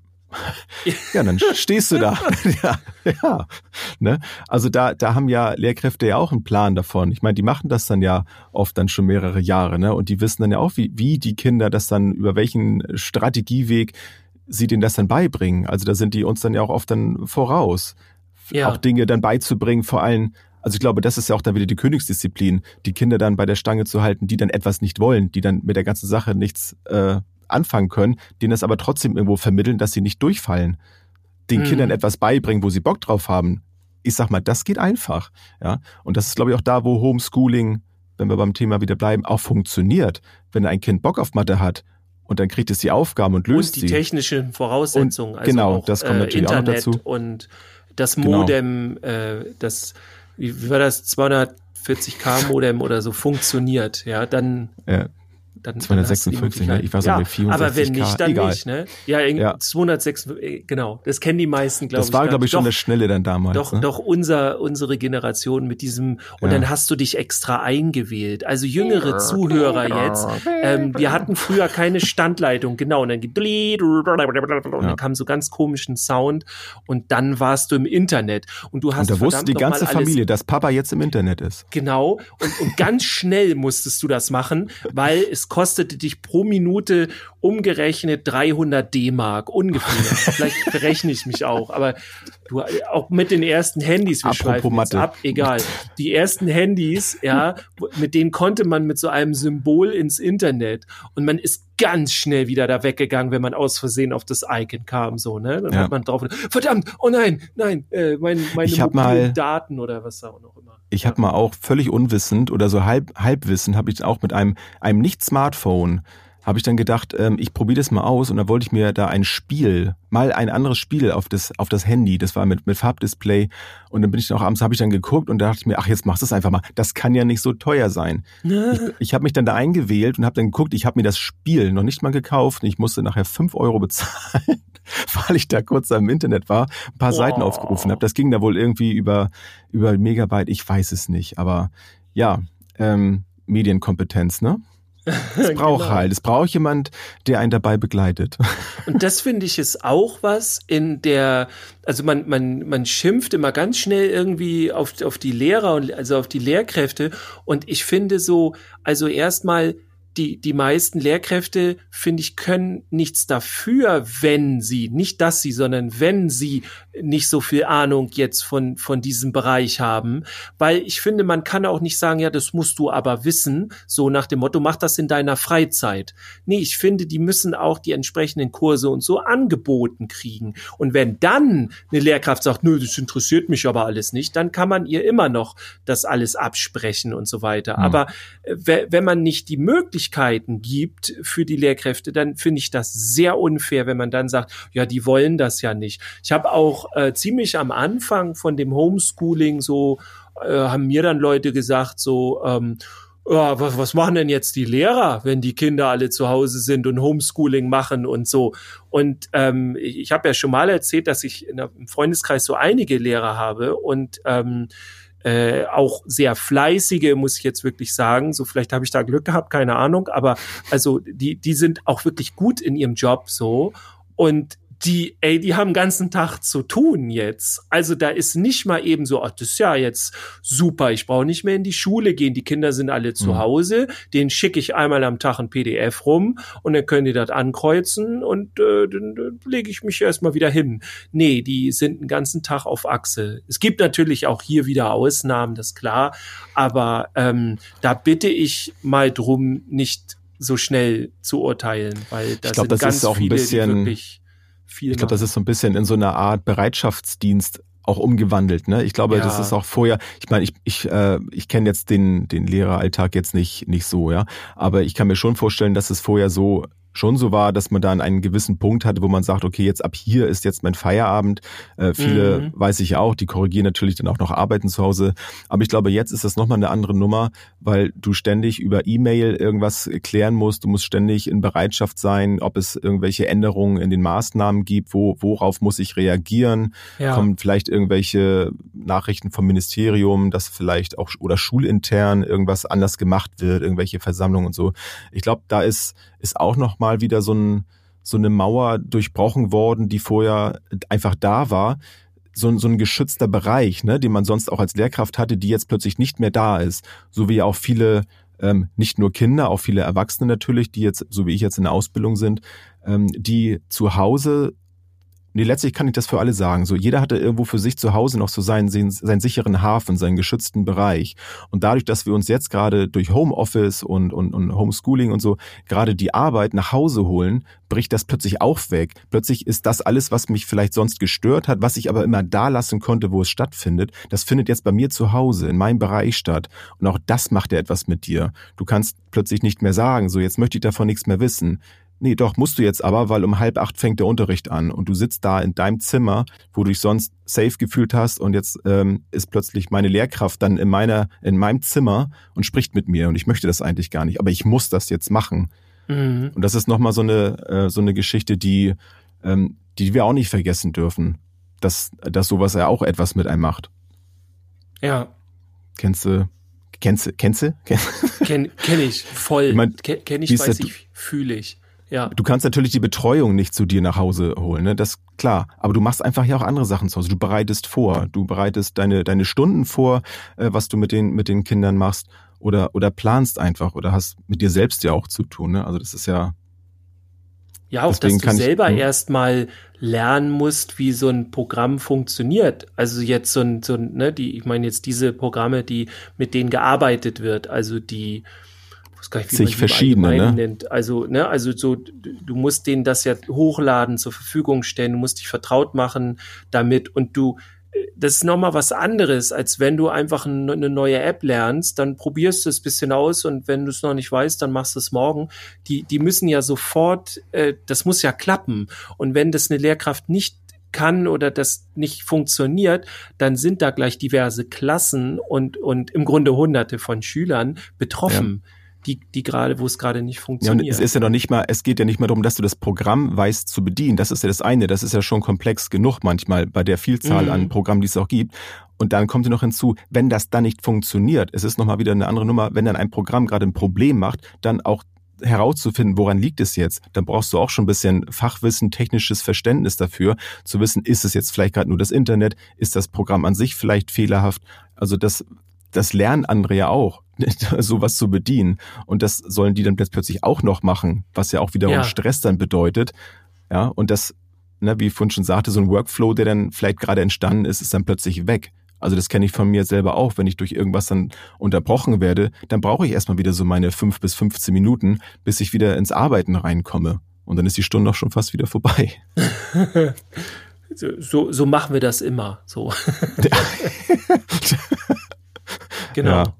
Ja, dann stehst du da. ja, ja. Ne? Also da, da haben ja Lehrkräfte ja auch einen Plan davon. Ich meine, die machen das dann ja oft dann schon mehrere Jahre, ne? Und die wissen dann ja auch, wie, wie die Kinder das dann, über welchen Strategieweg sie denen das dann beibringen. Also da sind die uns dann ja auch oft dann voraus. Ja. Auch Dinge dann beizubringen, vor allem, also ich glaube, das ist ja auch dann wieder die Königsdisziplin, die Kinder dann bei der Stange zu halten, die dann etwas nicht wollen, die dann mit der ganzen Sache nichts äh, anfangen können, denen das aber trotzdem irgendwo vermitteln, dass sie nicht durchfallen. Den hm. Kindern etwas beibringen, wo sie Bock drauf haben. Ich sag mal, das geht einfach. Ja, und das ist, glaube ich, auch da, wo Homeschooling, wenn wir beim Thema wieder bleiben, auch funktioniert. Wenn ein Kind Bock auf Mathe hat und dann kriegt es die Aufgaben und löst sie. Und die sie. technischen Voraussetzungen. Und, also genau, auch, das kommt natürlich äh, Internet auch noch dazu. Und das Modem, genau. äh, das, wie, wie war das, zweihundertvierzig K Modem oder so funktioniert. Ja, dann... Ja. Dann, zweihundertsechsundfünfzig, ne? Ich weiß ja, nicht, vierundsechzig aber wenn nicht, dann Egal. nicht, ne? Ja, ja. zweihundertsechsundfünfzig, genau. Das kennen die meisten, glaube ich. Das war, glaube ich, schon doch, das Schnelle dann damals. Doch, ne? doch unser, unsere Generation mit diesem, und ja. dann hast du dich extra eingewählt. Also jüngere Zuhörer jetzt, ähm, wir hatten früher keine Standleitung, genau, und dann geht, und dann ja. kam so ganz komischen Sound und dann warst du im Internet. Und du hast und da wusste die ganze Familie, dass Papa jetzt im Internet ist. Genau, und, und ganz schnell musstest du das machen, weil es kostete dich pro Minute umgerechnet dreihundert D-Mark ungefähr. Vielleicht berechne ich mich auch, aber du auch mit den ersten Handys, wir schweifen jetzt ab, egal. Die ersten Handys, ja, mit denen konnte man mit so einem Symbol ins Internet und man ist ganz schnell wieder da weggegangen, wenn man aus Versehen auf das Icon kam, so, ne? Dann ja. hat man drauf, verdammt, oh nein, nein, äh, mein, meine mobilen Daten oder was auch noch immer. Ich habe mal auch völlig unwissend oder so halb halbwissend habe ich auch mit einem einem Nicht-Smartphone habe ich dann gedacht, ähm, ich probiere das mal aus und dann wollte ich mir da ein Spiel, mal ein anderes Spiel auf das auf das Handy, das war mit mit Farbdisplay und dann bin ich dann auch abends, habe ich dann geguckt und da dachte ich mir, ach jetzt machst du es einfach mal, das kann ja nicht so teuer sein. ich ich habe mich dann da eingewählt und habe dann geguckt, ich habe mir das Spiel noch nicht mal gekauft und ich musste nachher fünf Euro bezahlen, weil ich da kurz am Internet war, ein paar oh. Seiten aufgerufen habe. Das ging da wohl irgendwie über über Megabyte, ich weiß es nicht, aber ja, ähm, Medienkompetenz, ne? Es braucht genau. halt, es braucht jemand, der einen dabei begleitet. Und das finde ich ist auch was in der, also man man man schimpft immer ganz schnell irgendwie auf auf die Lehrer und also auf die Lehrkräfte und ich finde so, also erstmal die die meisten Lehrkräfte, finde ich, können nichts dafür, wenn sie, nicht dass sie, sondern wenn sie nicht so viel Ahnung jetzt von von diesem Bereich haben, weil ich finde, man kann auch nicht sagen, ja, das musst du aber wissen, so nach dem Motto, mach das in deiner Freizeit. Nee, ich finde, die müssen auch die entsprechenden Kurse und so angeboten kriegen. Und wenn dann eine Lehrkraft sagt, nö, das interessiert mich aber alles nicht, dann kann man ihr immer noch das alles absprechen und so weiter. Mhm. Aber äh, wenn man nicht die Möglichkeit gibt für die Lehrkräfte, dann finde ich das sehr unfair, wenn man dann sagt, ja, die wollen das ja nicht. Ich habe auch äh, ziemlich am Anfang von dem Homeschooling so, äh, haben mir dann Leute gesagt, so, ähm, ja, was, was machen denn jetzt die Lehrer, wenn die Kinder alle zu Hause sind und Homeschooling machen und so. Und ähm, ich, ich habe ja schon mal erzählt, dass ich in einem Freundeskreis so einige Lehrer habe und ähm, Äh, auch sehr fleißige, muss ich jetzt wirklich sagen. So, vielleicht habe ich da Glück gehabt, keine Ahnung. Aber also die die sind auch wirklich gut in ihrem Job so. Und die, ey, die haben den ganzen Tag zu tun jetzt. Also da ist nicht mal eben so, ach, das ist ja jetzt super, ich brauche nicht mehr in die Schule gehen, die Kinder sind alle zu mhm. Hause, denen schicke ich einmal am Tag ein P D F rum und dann können die das ankreuzen und äh, dann, dann lege ich mich erstmal wieder hin. Nee, die sind den ganzen Tag auf Achse. Es gibt natürlich auch hier wieder Ausnahmen, das ist klar, aber ähm, da bitte ich mal drum, nicht so schnell zu urteilen, weil da ich glaub, sind das ganz ist auch viele, ein bisschen die wirklich viel Ich glaube, das ist so ein bisschen in so einer Art Bereitschaftsdienst auch umgewandelt, ne? Ich glaube, ja. das ist auch vorher, ich meine, ich ich äh, ich kenne jetzt den den Lehreralltag jetzt nicht nicht so, ja, aber ich kann mir schon vorstellen, dass es vorher so schon so war, dass man da an einen gewissen Punkt hatte, wo man sagt, okay, jetzt ab hier ist jetzt mein Feierabend. Äh, viele, mhm. weiß ich ja auch, die korrigieren natürlich dann auch noch Arbeiten zu Hause. Aber ich glaube, jetzt ist das nochmal eine andere Nummer, weil du ständig über E-Mail irgendwas klären musst. Du musst ständig in Bereitschaft sein, ob es irgendwelche Änderungen in den Maßnahmen gibt, wo worauf muss ich reagieren. Ja. Kommen vielleicht irgendwelche Nachrichten vom Ministerium, dass vielleicht auch oder schulintern irgendwas anders gemacht wird, irgendwelche Versammlungen und so. Ich glaube, da ist ist auch noch mal wieder so, ein, so eine Mauer durchbrochen worden, die vorher einfach da war. So, so ein geschützter Bereich, ne, den man sonst auch als Lehrkraft hatte, die jetzt plötzlich nicht mehr da ist. So wie auch viele, ähm, nicht nur Kinder, auch viele Erwachsene natürlich, die jetzt, so wie ich jetzt in der Ausbildung sind, ähm, die zu Hause, nee, letztlich kann ich das für alle sagen. So, jeder hatte irgendwo für sich zu Hause noch so seinen, seinen sicheren Hafen, seinen geschützten Bereich. Und dadurch, dass wir uns jetzt gerade durch Homeoffice und, und, und Homeschooling und so gerade die Arbeit nach Hause holen, bricht das plötzlich auch weg. Plötzlich ist das alles, was mich vielleicht sonst gestört hat, was ich aber immer da lassen konnte, wo es stattfindet, das findet jetzt bei mir zu Hause, in meinem Bereich statt. Und auch das macht ja etwas mit dir. Du kannst plötzlich nicht mehr sagen, so, jetzt möchte ich davon nichts mehr wissen. Nee, doch, musst du jetzt aber, weil um halb acht fängt der Unterricht an und du sitzt da in deinem Zimmer, wo du dich sonst safe gefühlt hast und jetzt ähm, ist plötzlich meine Lehrkraft dann in meiner in meinem Zimmer und spricht mit mir und ich möchte das eigentlich gar nicht, aber ich muss das jetzt machen. Mhm. Und das ist nochmal so eine äh, so eine Geschichte, die ähm, die wir auch nicht vergessen dürfen, dass dass sowas ja auch etwas mit einem macht. Ja. Kennst du kennst du kennst du? Kenn kenn ich voll. Ich mein, kenn, kenn ich, weiß ich, fühle ich. Ja. Du kannst natürlich die Betreuung nicht zu dir nach Hause holen, ne? Das ist klar. Aber du machst einfach ja auch andere Sachen zu Hause. Du bereitest vor. Du bereitest deine deine Stunden vor, äh, was du mit den mit den Kindern machst oder oder planst einfach oder hast mit dir selbst ja auch zu tun, ne? Also das ist ja ja auch, dass du selber ich, erstmal lernen musst, wie so ein Programm funktioniert. Also jetzt so ein so ein ne, die ich meine jetzt diese Programme, die mit denen gearbeitet wird, also die Gar nicht, wie sich verschiedene, ne? Nennt. Also, ne, also so, du musst denen das ja hochladen, zur Verfügung stellen, du musst dich vertraut machen damit und du, das ist nochmal was anderes, als wenn du einfach eine neue App lernst, dann probierst du es ein bisschen aus und wenn du es noch nicht weißt, dann machst du es morgen. Die, die müssen ja sofort, äh, das muss ja klappen. Und wenn das eine Lehrkraft nicht kann oder das nicht funktioniert, dann sind da gleich diverse Klassen und, und im Grunde hunderte von Schülern betroffen. Ja. die, die gerade, wo es gerade nicht funktioniert. Ja, und es ist ja noch nicht mal, es geht ja nicht mal darum, dass du das Programm weißt zu bedienen. Das ist ja das eine. Das ist ja schon komplex genug manchmal bei der Vielzahl mhm. an Programmen, die es auch gibt. Und dann kommt ja noch hinzu, wenn das dann nicht funktioniert, es ist nochmal wieder eine andere Nummer, wenn dann ein Programm gerade ein Problem macht, dann auch herauszufinden, woran liegt es jetzt, dann brauchst du auch schon ein bisschen Fachwissen, technisches Verständnis dafür, zu wissen, ist es jetzt vielleicht gerade nur das Internet, ist das Programm an sich vielleicht fehlerhaft, also das, das lernen andere ja auch, sowas zu bedienen und das sollen die dann plötzlich auch noch machen, was ja auch wiederum ja. Stress dann bedeutet, ja, und das, ne, wie ich vorhin schon sagte, so ein Workflow, der dann vielleicht gerade entstanden ist, ist dann plötzlich weg. Also das kenne ich von mir selber auch, wenn ich durch irgendwas dann unterbrochen werde, dann brauche ich erstmal wieder so meine fünf bis fünfzehn Minuten, bis ich wieder ins Arbeiten reinkomme. Und dann ist die Stunde auch schon fast wieder vorbei. so, so machen wir das immer. So. Genau. Ja.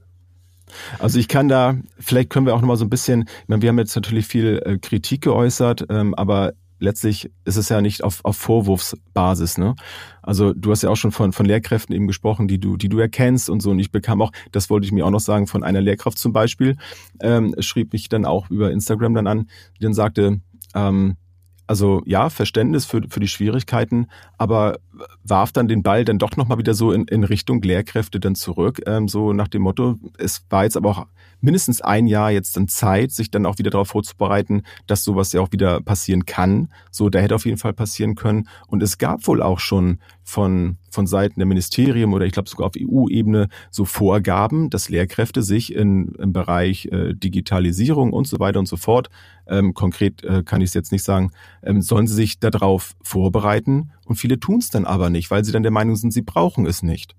Also ich kann da, vielleicht können wir auch nochmal so ein bisschen, ich meine, wir haben jetzt natürlich viel äh, Kritik geäußert, ähm, aber letztlich ist es ja nicht auf, auf Vorwurfsbasis, ne? Also du hast ja auch schon von, von Lehrkräften eben gesprochen, die du, die du erkennst und so. Und ich bekam auch, das wollte ich mir auch noch sagen, von einer Lehrkraft zum Beispiel, ähm, schrieb mich dann auch über Instagram dann an, die dann sagte, ähm, also ja, Verständnis für, für die Schwierigkeiten, aber warf dann den Ball dann doch nochmal wieder so in, in Richtung Lehrkräfte dann zurück, ähm, so nach dem Motto, es war jetzt aber auch mindestens ein Jahr jetzt dann Zeit, sich dann auch wieder darauf vorzubereiten, dass sowas ja auch wieder passieren kann. So, da hätte auf jeden Fall passieren können. Und es gab wohl auch schon von von Seiten der Ministerien oder ich glaube sogar auf E U-Ebene so Vorgaben, dass Lehrkräfte sich in, im Bereich äh, Digitalisierung und so weiter und so fort, ähm, konkret äh, kann ich es jetzt nicht sagen, ähm, sollen sie sich darauf vorbereiten. Und viele tun es dann aber nicht, weil sie dann der Meinung sind, sie brauchen es nicht.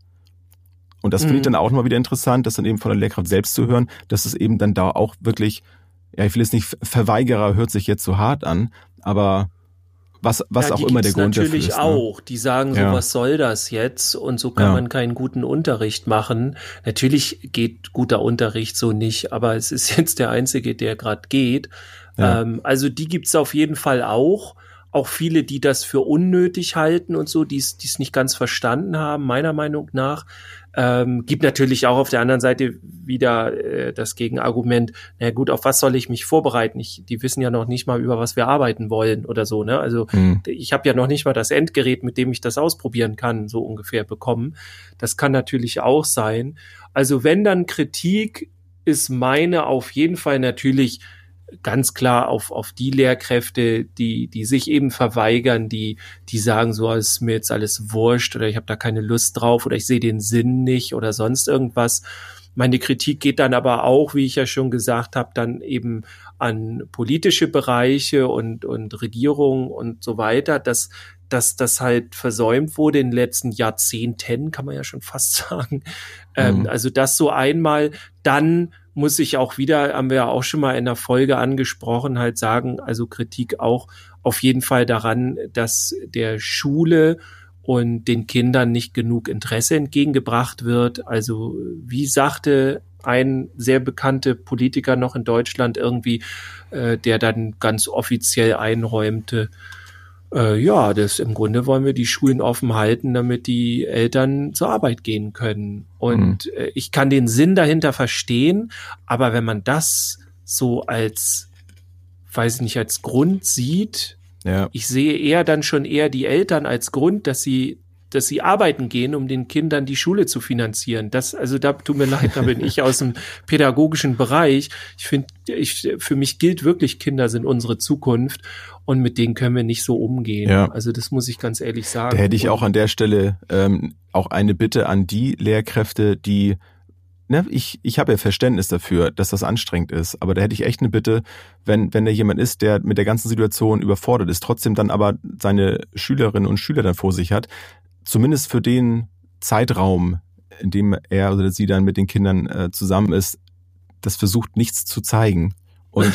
Und das finde ich dann auch nochmal wieder interessant, das dann eben von der Lehrkraft selbst zu hören, dass es eben dann da auch wirklich, ja, ich will es nicht, Verweigerer hört sich jetzt so hart an, aber was, was ja, auch immer der Grund dafür ist. Natürlich auch, ne? Die sagen so, ja. Was soll das jetzt? Und so kann ja. man keinen guten Unterricht machen. Natürlich geht guter Unterricht so nicht, aber es ist jetzt der einzige, der gerade geht. Ja. Ähm, also die gibt's auf jeden Fall auch. Auch viele, die das für unnötig halten und so, die es nicht ganz verstanden haben, meiner Meinung nach. Ähm, gibt natürlich auch auf der anderen Seite wieder äh, das Gegenargument, na gut, auf was soll ich mich vorbereiten? Ich, die wissen ja noch nicht mal, über was wir arbeiten wollen oder so, ne? Also mhm. ich habe ja noch nicht mal das Endgerät, mit dem ich das ausprobieren kann, so ungefähr bekommen. Das kann natürlich auch sein. Also wenn dann Kritik, ist meine auf jeden Fall natürlich ganz klar auf auf die Lehrkräfte, die die sich eben verweigern, die die sagen, so ist mir jetzt alles wurscht oder ich habe da keine Lust drauf oder ich sehe den Sinn nicht oder sonst irgendwas. Meine Kritik geht dann aber auch, wie ich ja schon gesagt habe, dann eben an politische Bereiche und und Regierung und so weiter, dass dass das halt versäumt wurde in den letzten Jahrzehnten, kann man ja schon fast sagen. Mhm. Ähm, also das so einmal, dann muss ich auch wieder, haben wir ja auch schon mal in der Folge angesprochen, halt sagen, also Kritik auch auf jeden Fall daran, dass der Schule und den Kindern nicht genug Interesse entgegengebracht wird. Also wie sagte ein sehr bekannter Politiker noch in Deutschland irgendwie, äh, der dann ganz offiziell einräumte, Äh, ja, das im Grunde wollen wir die Schulen offen halten, damit die Eltern zur Arbeit gehen können. Und mhm. äh, ich kann den Sinn dahinter verstehen, aber wenn man das so als, weiß ich nicht, als Grund sieht, ja. Ich sehe eher dann schon eher die Eltern als Grund, dass sie dass sie arbeiten gehen, um den Kindern die Schule zu finanzieren. Das, also da tut mir leid, da bin ich aus dem pädagogischen Bereich. Ich finde, ich, für mich gilt wirklich, Kinder sind unsere Zukunft und mit denen können wir nicht so umgehen. Ja. Also das muss ich ganz ehrlich sagen. Da hätte ich auch an der Stelle ähm, auch eine Bitte an die Lehrkräfte, die Ne, ich ich habe ja Verständnis dafür, dass das anstrengend ist, aber da hätte ich echt eine Bitte, wenn wenn da jemand ist, der mit der ganzen Situation überfordert ist, trotzdem dann aber seine Schülerinnen und Schüler dann vor sich hat, zumindest für den Zeitraum, in dem er oder sie dann mit den Kindern äh, zusammen ist, das versucht, nichts zu zeigen Und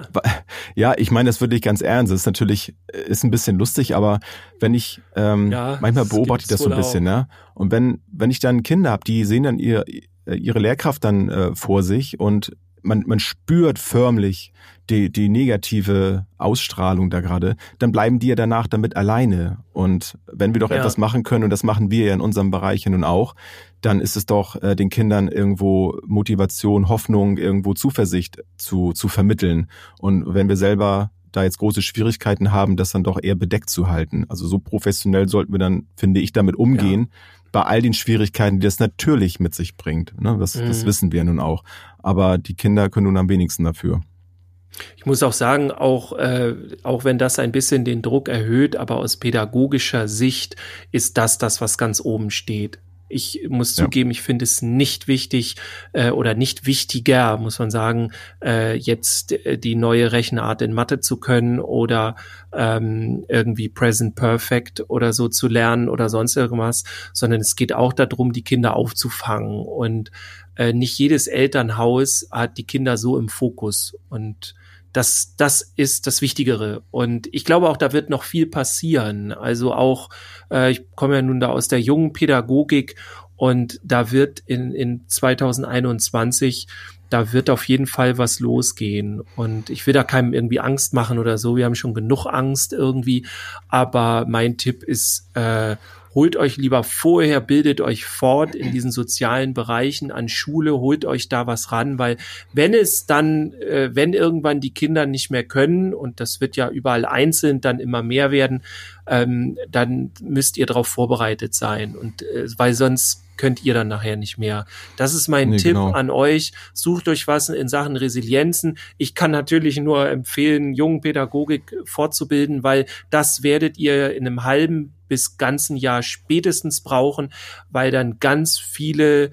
ja, ich meine das wirklich ganz ernst. Das ist natürlich, ist ein bisschen lustig, aber wenn ich, ähm, ja, manchmal beobachte ich das so ein bisschen, ne? Und wenn, wenn ich dann Kinder habe, die sehen dann ihr, ihre Lehrkraft dann äh, vor sich und man, man spürt förmlich die, die negative Ausstrahlung da gerade, dann bleiben die ja danach damit alleine. Und wenn wir doch ja. etwas machen können, und das machen wir ja in unserem Bereich ja nun auch, dann ist es doch äh, den Kindern irgendwo Motivation, Hoffnung, irgendwo Zuversicht zu, zu vermitteln. Und wenn wir selber da jetzt große Schwierigkeiten haben, das dann doch eher bedeckt zu halten. Also so professionell sollten wir dann, finde ich, damit umgehen, ja. bei all den Schwierigkeiten, die das natürlich mit sich bringt. Ne? Das, mhm. das wissen wir nun auch. Aber die Kinder können nun am wenigsten dafür. Ich muss auch sagen, auch, äh, auch wenn das ein bisschen den Druck erhöht, aber aus pädagogischer Sicht ist das das, was ganz oben steht. Ich muss ja. zugeben, ich finde es nicht wichtig äh, oder nicht wichtiger, muss man sagen, äh, jetzt äh, die neue Rechenart in Mathe zu können oder ähm, irgendwie Present Perfect oder so zu lernen oder sonst irgendwas, sondern es geht auch darum, die Kinder aufzufangen. Und äh, nicht jedes Elternhaus hat die Kinder so im Fokus. Und Das, das ist das Wichtigere. Und ich glaube auch, da wird noch viel passieren. Also auch, äh, ich komme ja nun da aus der jungen Pädagogik und da wird in, in zwanzig einundzwanzig, da wird auf jeden Fall was losgehen. Und ich will da keinem irgendwie Angst machen oder so. Wir haben schon genug Angst irgendwie. Aber mein Tipp ist, äh, holt euch lieber vorher, bildet euch fort in diesen sozialen Bereichen an Schule, holt euch da was ran, weil wenn es dann, äh, wenn irgendwann die Kinder nicht mehr können, und das wird ja überall einzeln dann immer mehr werden, ähm, dann müsst ihr darauf vorbereitet sein, und äh, weil sonst könnt ihr dann nachher nicht mehr. Das ist mein nee, Tipp genau. an euch. Sucht euch was in Sachen Resilienzen. Ich kann natürlich nur empfehlen, Jungenpädagogik fortzubilden, weil das werdet ihr in einem halben bis ganzen Jahr spätestens brauchen, weil dann ganz viele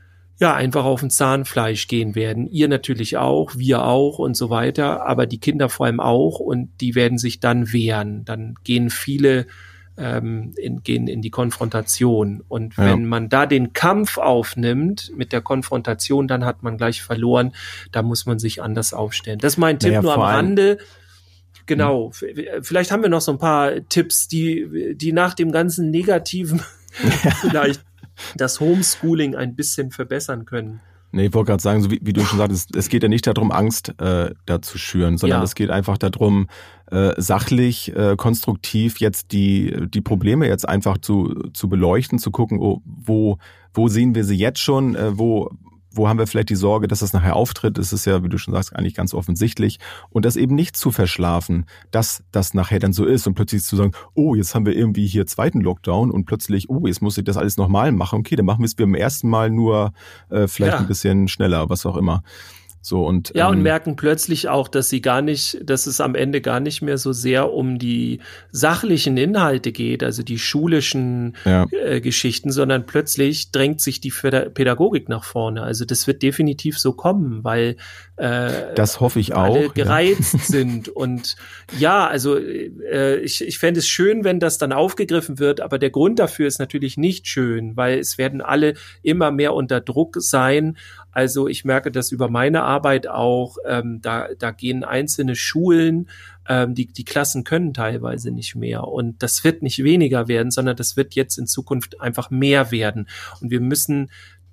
ja einfach auf den Zahnfleisch gehen werden. Ihr natürlich auch, wir auch und so weiter, aber die Kinder vor allem auch, und die werden sich dann wehren. Dann gehen viele ähm, in, gehen in die Konfrontation, und ja. wenn man da den Kampf aufnimmt mit der Konfrontation, dann hat man gleich verloren. Da muss man sich anders aufstellen. Das ist mein Tipp, naja, nur am Rande. Genau, vielleicht haben wir noch so ein paar Tipps, die, die nach dem ganzen Negativen vielleicht das Homeschooling ein bisschen verbessern können. Nee, ich wollte gerade sagen, so wie, wie du schon sagtest, es geht ja nicht darum, Angst äh, da zu schüren, sondern ja. es geht einfach darum, äh, sachlich, äh, konstruktiv jetzt die die Probleme jetzt einfach zu zu beleuchten, zu gucken, oh, wo wo sehen wir sie jetzt schon, äh, wo Wo haben wir vielleicht die Sorge, dass das nachher auftritt? Das ist ja, wie du schon sagst, eigentlich ganz offensichtlich. Und das eben nicht zu verschlafen, dass das nachher dann so ist und plötzlich zu sagen, oh, jetzt haben wir irgendwie hier zweiten Lockdown und plötzlich, oh, jetzt muss ich das alles nochmal machen. Okay, dann machen wir es beim ersten Mal nur äh, vielleicht ja. ein bisschen schneller, was auch immer. So, und, ja, und ähm, merken plötzlich auch, dass sie gar nicht, dass es am Ende gar nicht mehr so sehr um die sachlichen Inhalte geht, also die schulischen ja. äh, Geschichten, sondern plötzlich drängt sich die Pädagogik nach vorne. Also das wird definitiv so kommen, weil äh, das hoffe ich alle auch, gereizt ja. sind. Und ja, also äh, ich, ich fände es schön, wenn das dann aufgegriffen wird, aber der Grund dafür ist natürlich nicht schön, weil es werden alle immer mehr unter Druck sein. Also ich merke das über meine Arbeit auch, ähm, da, da gehen einzelne Schulen, ähm, die, die Klassen können teilweise nicht mehr, und das wird nicht weniger werden, sondern das wird jetzt in Zukunft einfach mehr werden, und wir müssen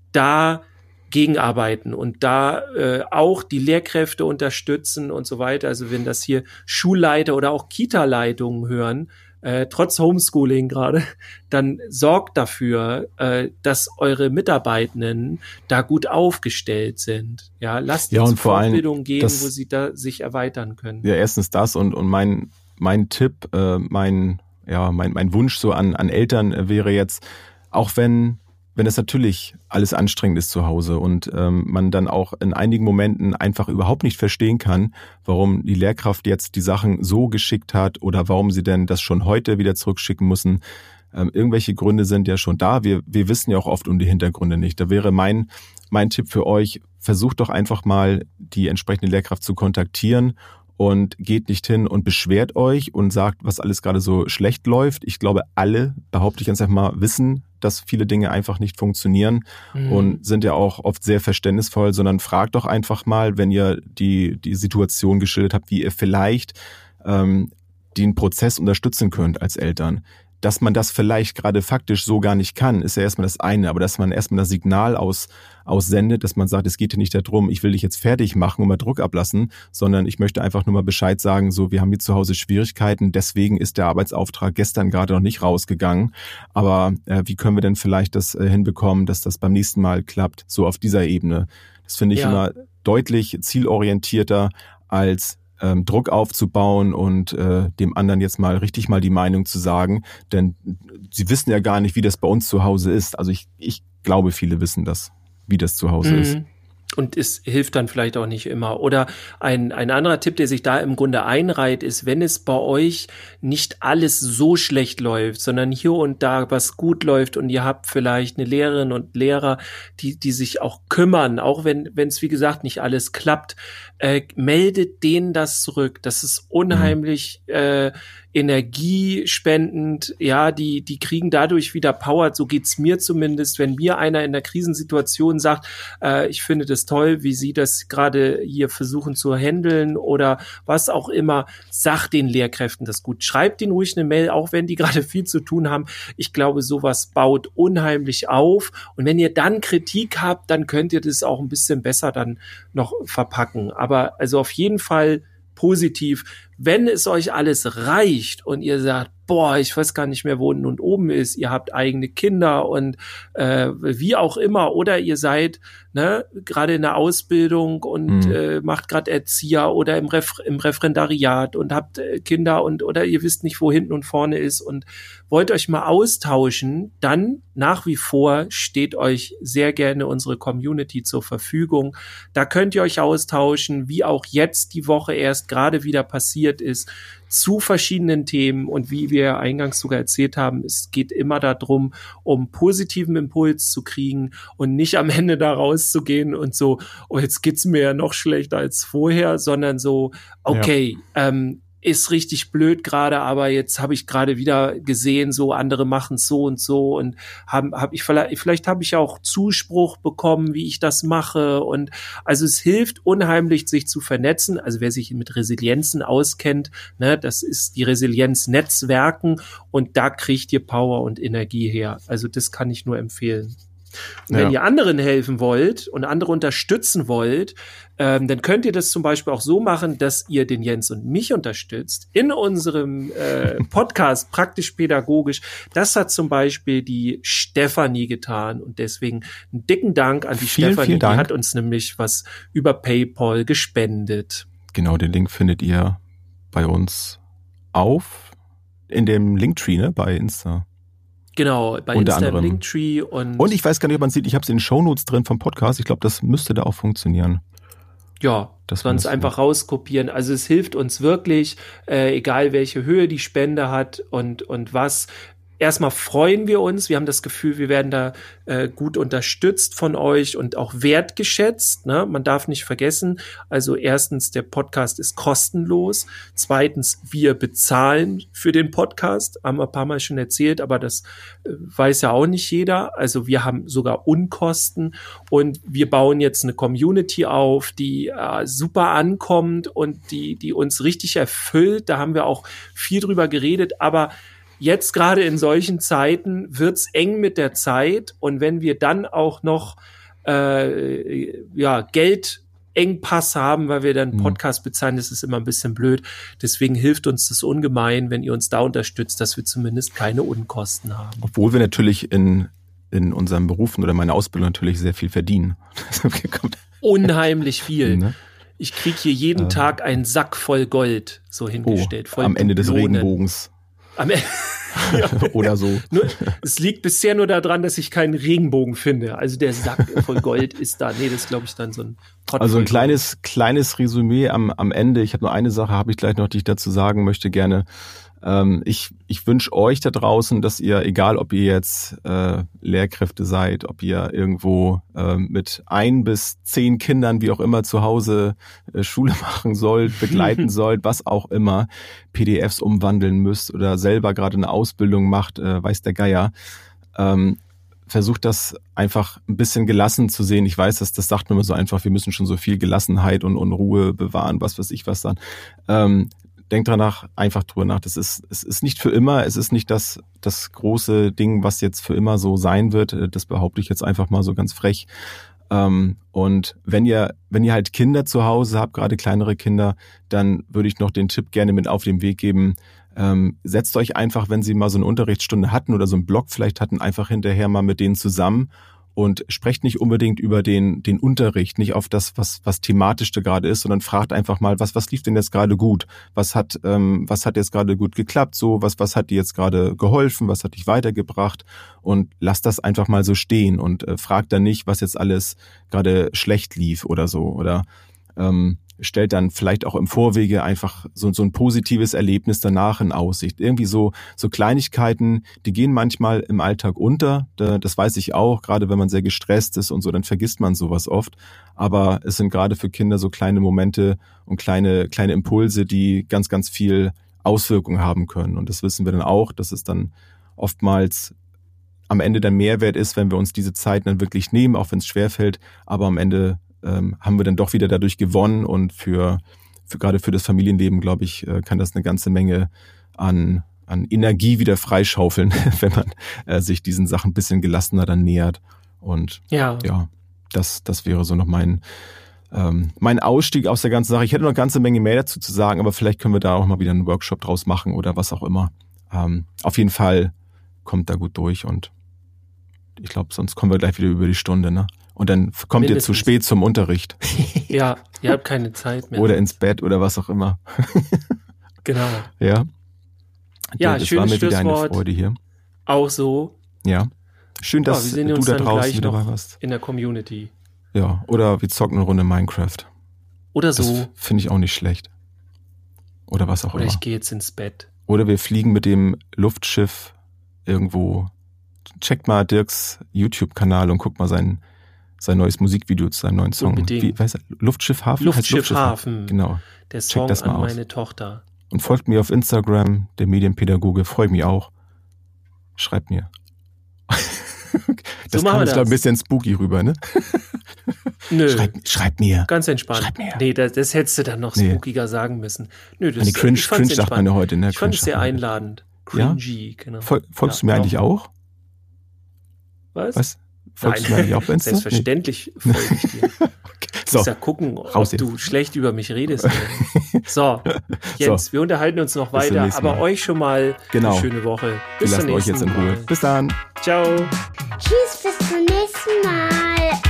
da gegenarbeiten und da äh, auch die Lehrkräfte unterstützen und so weiter. Also wenn das hier Schulleiter oder auch Kita-Leitungen hören, Äh, trotz Homeschooling gerade, dann sorgt dafür, äh, dass eure Mitarbeitenden da gut aufgestellt sind. Ja, lasst ja, die zur Fortbildung gehen, das, wo sie da sich erweitern können. Ja, erstens das, und und mein mein Tipp, äh, mein ja mein mein Wunsch so an an Eltern wäre jetzt, auch wenn wenn es natürlich alles anstrengend ist zu Hause und ähm, man dann auch in einigen Momenten einfach überhaupt nicht verstehen kann, warum die Lehrkraft jetzt die Sachen so geschickt hat oder warum sie denn das schon heute wieder zurückschicken müssen. Ähm, irgendwelche Gründe sind ja schon da. Wir wir wissen ja auch oft um die Hintergründe nicht. Da wäre mein mein Tipp für euch: Versucht doch einfach mal die entsprechende Lehrkraft zu kontaktieren und geht nicht hin und beschwert euch und sagt, was alles gerade so schlecht läuft. Ich glaube, alle, behaupte ich ganz einfach mal, wissen, dass viele Dinge einfach nicht funktionieren mhm. und sind ja auch oft sehr verständnisvoll, sondern fragt doch einfach mal, wenn ihr die, die Situation geschildert habt, wie ihr vielleicht ähm, den Prozess unterstützen könnt als Eltern. Dass man das vielleicht gerade faktisch so gar nicht kann, ist ja erstmal das eine, aber dass man erstmal das Signal aus, aussendet, dass man sagt, es geht hier nicht darum, ich will dich jetzt fertig machen und mal Druck ablassen, sondern ich möchte einfach nur mal Bescheid sagen, so, wir haben hier zu Hause Schwierigkeiten, deswegen ist der Arbeitsauftrag gestern gerade noch nicht rausgegangen, aber äh, wie können wir denn vielleicht das äh, hinbekommen, dass das beim nächsten Mal klappt, so auf dieser Ebene. Das finde ich ja. immer deutlich zielorientierter als Ähm, Druck aufzubauen und äh, dem anderen jetzt mal richtig mal die Meinung zu sagen, denn sie wissen ja gar nicht, wie das bei uns zu Hause ist. Also ich, ich glaube, viele wissen das, wie das zu Hause mhm. ist. Und es hilft dann vielleicht auch nicht immer. Oder ein, ein anderer Tipp, der sich da im Grunde einreiht, ist, wenn es bei euch nicht alles so schlecht läuft, sondern hier und da was gut läuft und ihr habt vielleicht eine Lehrerin und Lehrer, die, die sich auch kümmern, auch wenn, wenn es, wie gesagt, nicht alles klappt, äh, meldet denen das zurück. Das ist unheimlich, mhm. äh, energiespendend, ja, die, die kriegen dadurch wieder Power, so geht's mir zumindest, wenn mir einer in der Krisensituation sagt, äh, ich finde das toll, wie Sie das gerade hier versuchen zu handeln oder was auch immer, sagt den Lehrkräften das gut. Schreibt ihnen ruhig eine Mail, auch wenn die gerade viel zu tun haben. Ich glaube, sowas baut unheimlich auf und wenn ihr dann Kritik habt, dann könnt ihr das auch ein bisschen besser dann noch verpacken. Aber also auf jeden Fall positiv, wenn es euch alles reicht und ihr sagt, boah, ich weiß gar nicht mehr, wo unten und oben ist, ihr habt eigene Kinder und äh, wie auch immer, oder ihr seid ne, gerade in der Ausbildung und mhm. äh, macht gerade Erzieher oder im, Ref- im Referendariat und habt äh, Kinder und oder ihr wisst nicht, wo hinten und vorne ist und wollt euch mal austauschen, dann nach wie vor steht euch sehr gerne unsere Community zur Verfügung. Da könnt ihr euch austauschen, wie auch jetzt die Woche erst gerade wieder passiert ist, zu verschiedenen Themen und wie wir eingangs sogar erzählt haben, es geht immer darum, um positiven Impuls zu kriegen und nicht am Ende da rauszugehen und so, oh, jetzt geht's mir ja noch schlechter als vorher, sondern so, okay, ja. ähm, ist richtig blöd gerade, aber jetzt habe ich gerade wieder gesehen, so andere machen es so und so und haben hab ich vielleicht vielleicht habe ich auch Zuspruch bekommen, wie ich das mache und also es hilft unheimlich, sich zu vernetzen. Also wer sich mit Resilienzen auskennt, ne, das ist die Resilienz-Netzwerken und da kriegt ihr Power und Energie her. Also das kann ich nur empfehlen. Und wenn ja. ihr anderen helfen wollt und andere unterstützen wollt, ähm, dann könnt ihr das zum Beispiel auch so machen, dass ihr den Jens und mich unterstützt in unserem äh, Podcast Praktisch-Pädagogisch. Das hat zum Beispiel die Stefanie getan und deswegen einen dicken Dank an die vielen, Stefanie. Vielen Dank. Die hat uns nämlich was über PayPal gespendet. Genau, den Link findet ihr bei uns auf in dem Linktree, ne, bei Insta. Genau, bei Unter Insta anderem. Linktree und und ich weiß gar nicht, ob man sieht, ich habe es in den Shownotes drin vom Podcast. Ich glaube, das müsste da auch funktionieren. Ja, das sonst einfach rauskopieren. Also es hilft uns wirklich, äh, egal welche Höhe die Spende hat und und was. Erstmal freuen wir uns. Wir haben das Gefühl, wir werden da äh, gut unterstützt von euch und auch wertgeschätzt. Ne? Man darf nicht vergessen, also erstens, der Podcast ist kostenlos. Zweitens, wir bezahlen für den Podcast. Haben wir ein paar Mal schon erzählt, aber das äh, weiß ja auch nicht jeder. Also wir haben sogar Unkosten und wir bauen jetzt eine Community auf, die äh, super ankommt und die, die uns richtig erfüllt. Da haben wir auch viel drüber geredet, aber jetzt gerade in solchen Zeiten wird's eng mit der Zeit und wenn wir dann auch noch äh, ja Geldengpass haben, weil wir dann Podcast bezahlen, das ist immer ein bisschen blöd. Deswegen hilft uns das ungemein, wenn ihr uns da unterstützt, dass wir zumindest keine Unkosten haben. Obwohl wir natürlich in in unseren Berufen oder meiner Ausbildung natürlich sehr viel verdienen. Unheimlich viel. Ne? Ich krieg hier jeden äh. Tag einen Sack voll Gold so hingestellt. Oh, voll am Ende des Regenbogens. Am Ende. Ja. Oder so. Nur, es liegt bisher nur daran, dass ich keinen Regenbogen finde. Also der Sack voll Gold ist da. Nee, das ist, glaube ich, dann so ein Pot. Also ein kleines, kleines Resümee am, am Ende. Ich habe nur eine Sache, habe ich gleich noch, die ich dazu sagen möchte gerne. Ähm, ich ich wünsche euch da draußen, dass ihr, egal ob ihr jetzt äh, Lehrkräfte seid, ob ihr irgendwo äh, mit ein bis zehn Kindern, wie auch immer, zu Hause äh, Schule machen sollt, begleiten sollt, was auch immer, P D Fs umwandeln müsst oder selber gerade eine Ausbildung macht, äh, weiß der Geier, ähm, versucht das einfach ein bisschen gelassen zu sehen. Ich weiß, dass das sagt man immer so einfach, wir müssen schon so viel Gelassenheit und, und Ruhe bewahren, was weiß ich was dann. Ähm, denkt danach einfach drüber nach. Das ist, es ist nicht für immer, es ist nicht das, das große Ding, was jetzt für immer so sein wird. Das behaupte ich jetzt einfach mal so ganz frech. Ähm, und wenn ihr, wenn ihr halt Kinder zu Hause habt, gerade kleinere Kinder, dann würde ich noch den Tipp gerne mit auf den Weg geben. Ähm, setzt euch einfach, wenn sie mal so eine Unterrichtsstunde hatten oder so einen Block vielleicht hatten, einfach hinterher mal mit denen zusammen und sprecht nicht unbedingt über den den Unterricht, nicht auf das, was was thematisch da gerade ist, sondern fragt einfach mal, was was lief denn jetzt gerade gut? Was hat ähm, was hat jetzt gerade gut geklappt? So, was was hat dir jetzt gerade geholfen? Was hat dich weitergebracht? Und lasst das einfach mal so stehen und äh, fragt dann nicht, was jetzt alles gerade schlecht lief oder so oder ähm, stellt dann vielleicht auch im Vorwege einfach so, so ein positives Erlebnis danach in Aussicht. Irgendwie so, so Kleinigkeiten, die gehen manchmal im Alltag unter. Das weiß ich auch, gerade wenn man sehr gestresst ist und so, dann vergisst man sowas oft. Aber es sind gerade für Kinder so kleine Momente und kleine, kleine Impulse, die ganz, ganz viel Auswirkungen haben können. Und das wissen wir dann auch, dass es dann oftmals am Ende der Mehrwert ist, wenn wir uns diese Zeit dann wirklich nehmen, auch wenn es schwerfällt, aber am Ende Ähm, haben wir dann doch wieder dadurch gewonnen und für, für gerade für das Familienleben, glaube ich, äh, kann das eine ganze Menge an, an Energie wieder freischaufeln, wenn man äh, sich diesen Sachen ein bisschen gelassener dann nähert. Und ja, ja das, das wäre so noch mein, ähm, mein Ausstieg aus der ganzen Sache. Ich hätte noch eine ganze Menge mehr dazu zu sagen, aber vielleicht können wir da auch mal wieder einen Workshop draus machen oder was auch immer. Ähm, auf jeden Fall kommt da gut durch und ich glaube, sonst kommen wir gleich wieder über die Stunde, ne? Und dann kommt Mindestens. ihr zu spät zum Unterricht. Ja, ihr habt keine Zeit mehr. Oder ins Bett oder was auch immer. Genau. Ja. Ja, das schönes war mir wieder eine Schlusswort. Freude hier. Auch so. Ja. Schön, dass ja, wir sehen du uns da dann draußen gleich wieder noch warst. In der Community. Ja, oder wir zocken eine Runde Minecraft. Oder so. Das finde ich auch nicht schlecht. Oder was auch oder immer. Oder ich gehe jetzt ins Bett. Oder wir fliegen mit dem Luftschiff irgendwo. Checkt mal Dirks YouTube-Kanal und guckt mal sein, sein neues Musikvideo zu seinem neuen Song. Wie, weiß er, Luftschiffhafen? Luftschiffhafen. Genau. Der Song das mal an aus. meine Tochter. Und folgt mir auf Instagram, der Medienpädagoge. Freue mich auch. Schreibt mir. Das so kam jetzt, glaube ich, ein bisschen spooky rüber, ne? Nö. Schreib, schreib mir. Ganz entspannt. Schreib mir. Nee, das, das hättest du dann noch Nee. spookiger sagen müssen. Nö, das Nee, cringe, cringe sagt man ja heute, ne? Ich fand Cringe es sehr sagt man. einladend. Cringy, Ja? genau. Fol- folgst Ja, du mir doch. eigentlich auch? Was? Was? Folgst du mir eigentlich auch bei Insta? Selbstverständlich folge ich dir. Okay. Ich So, muss ja gucken, raus ob du schlecht über mich redest. So, Jens, So. wir unterhalten uns noch Bis zum weiter, nächsten aber Mal. euch schon mal Genau. eine schöne Woche. wir Bis zum lassen euch nächsten jetzt in Ruhe. Mal. Bis dann. Ciao. Tschüss, bis zum nächsten Mal.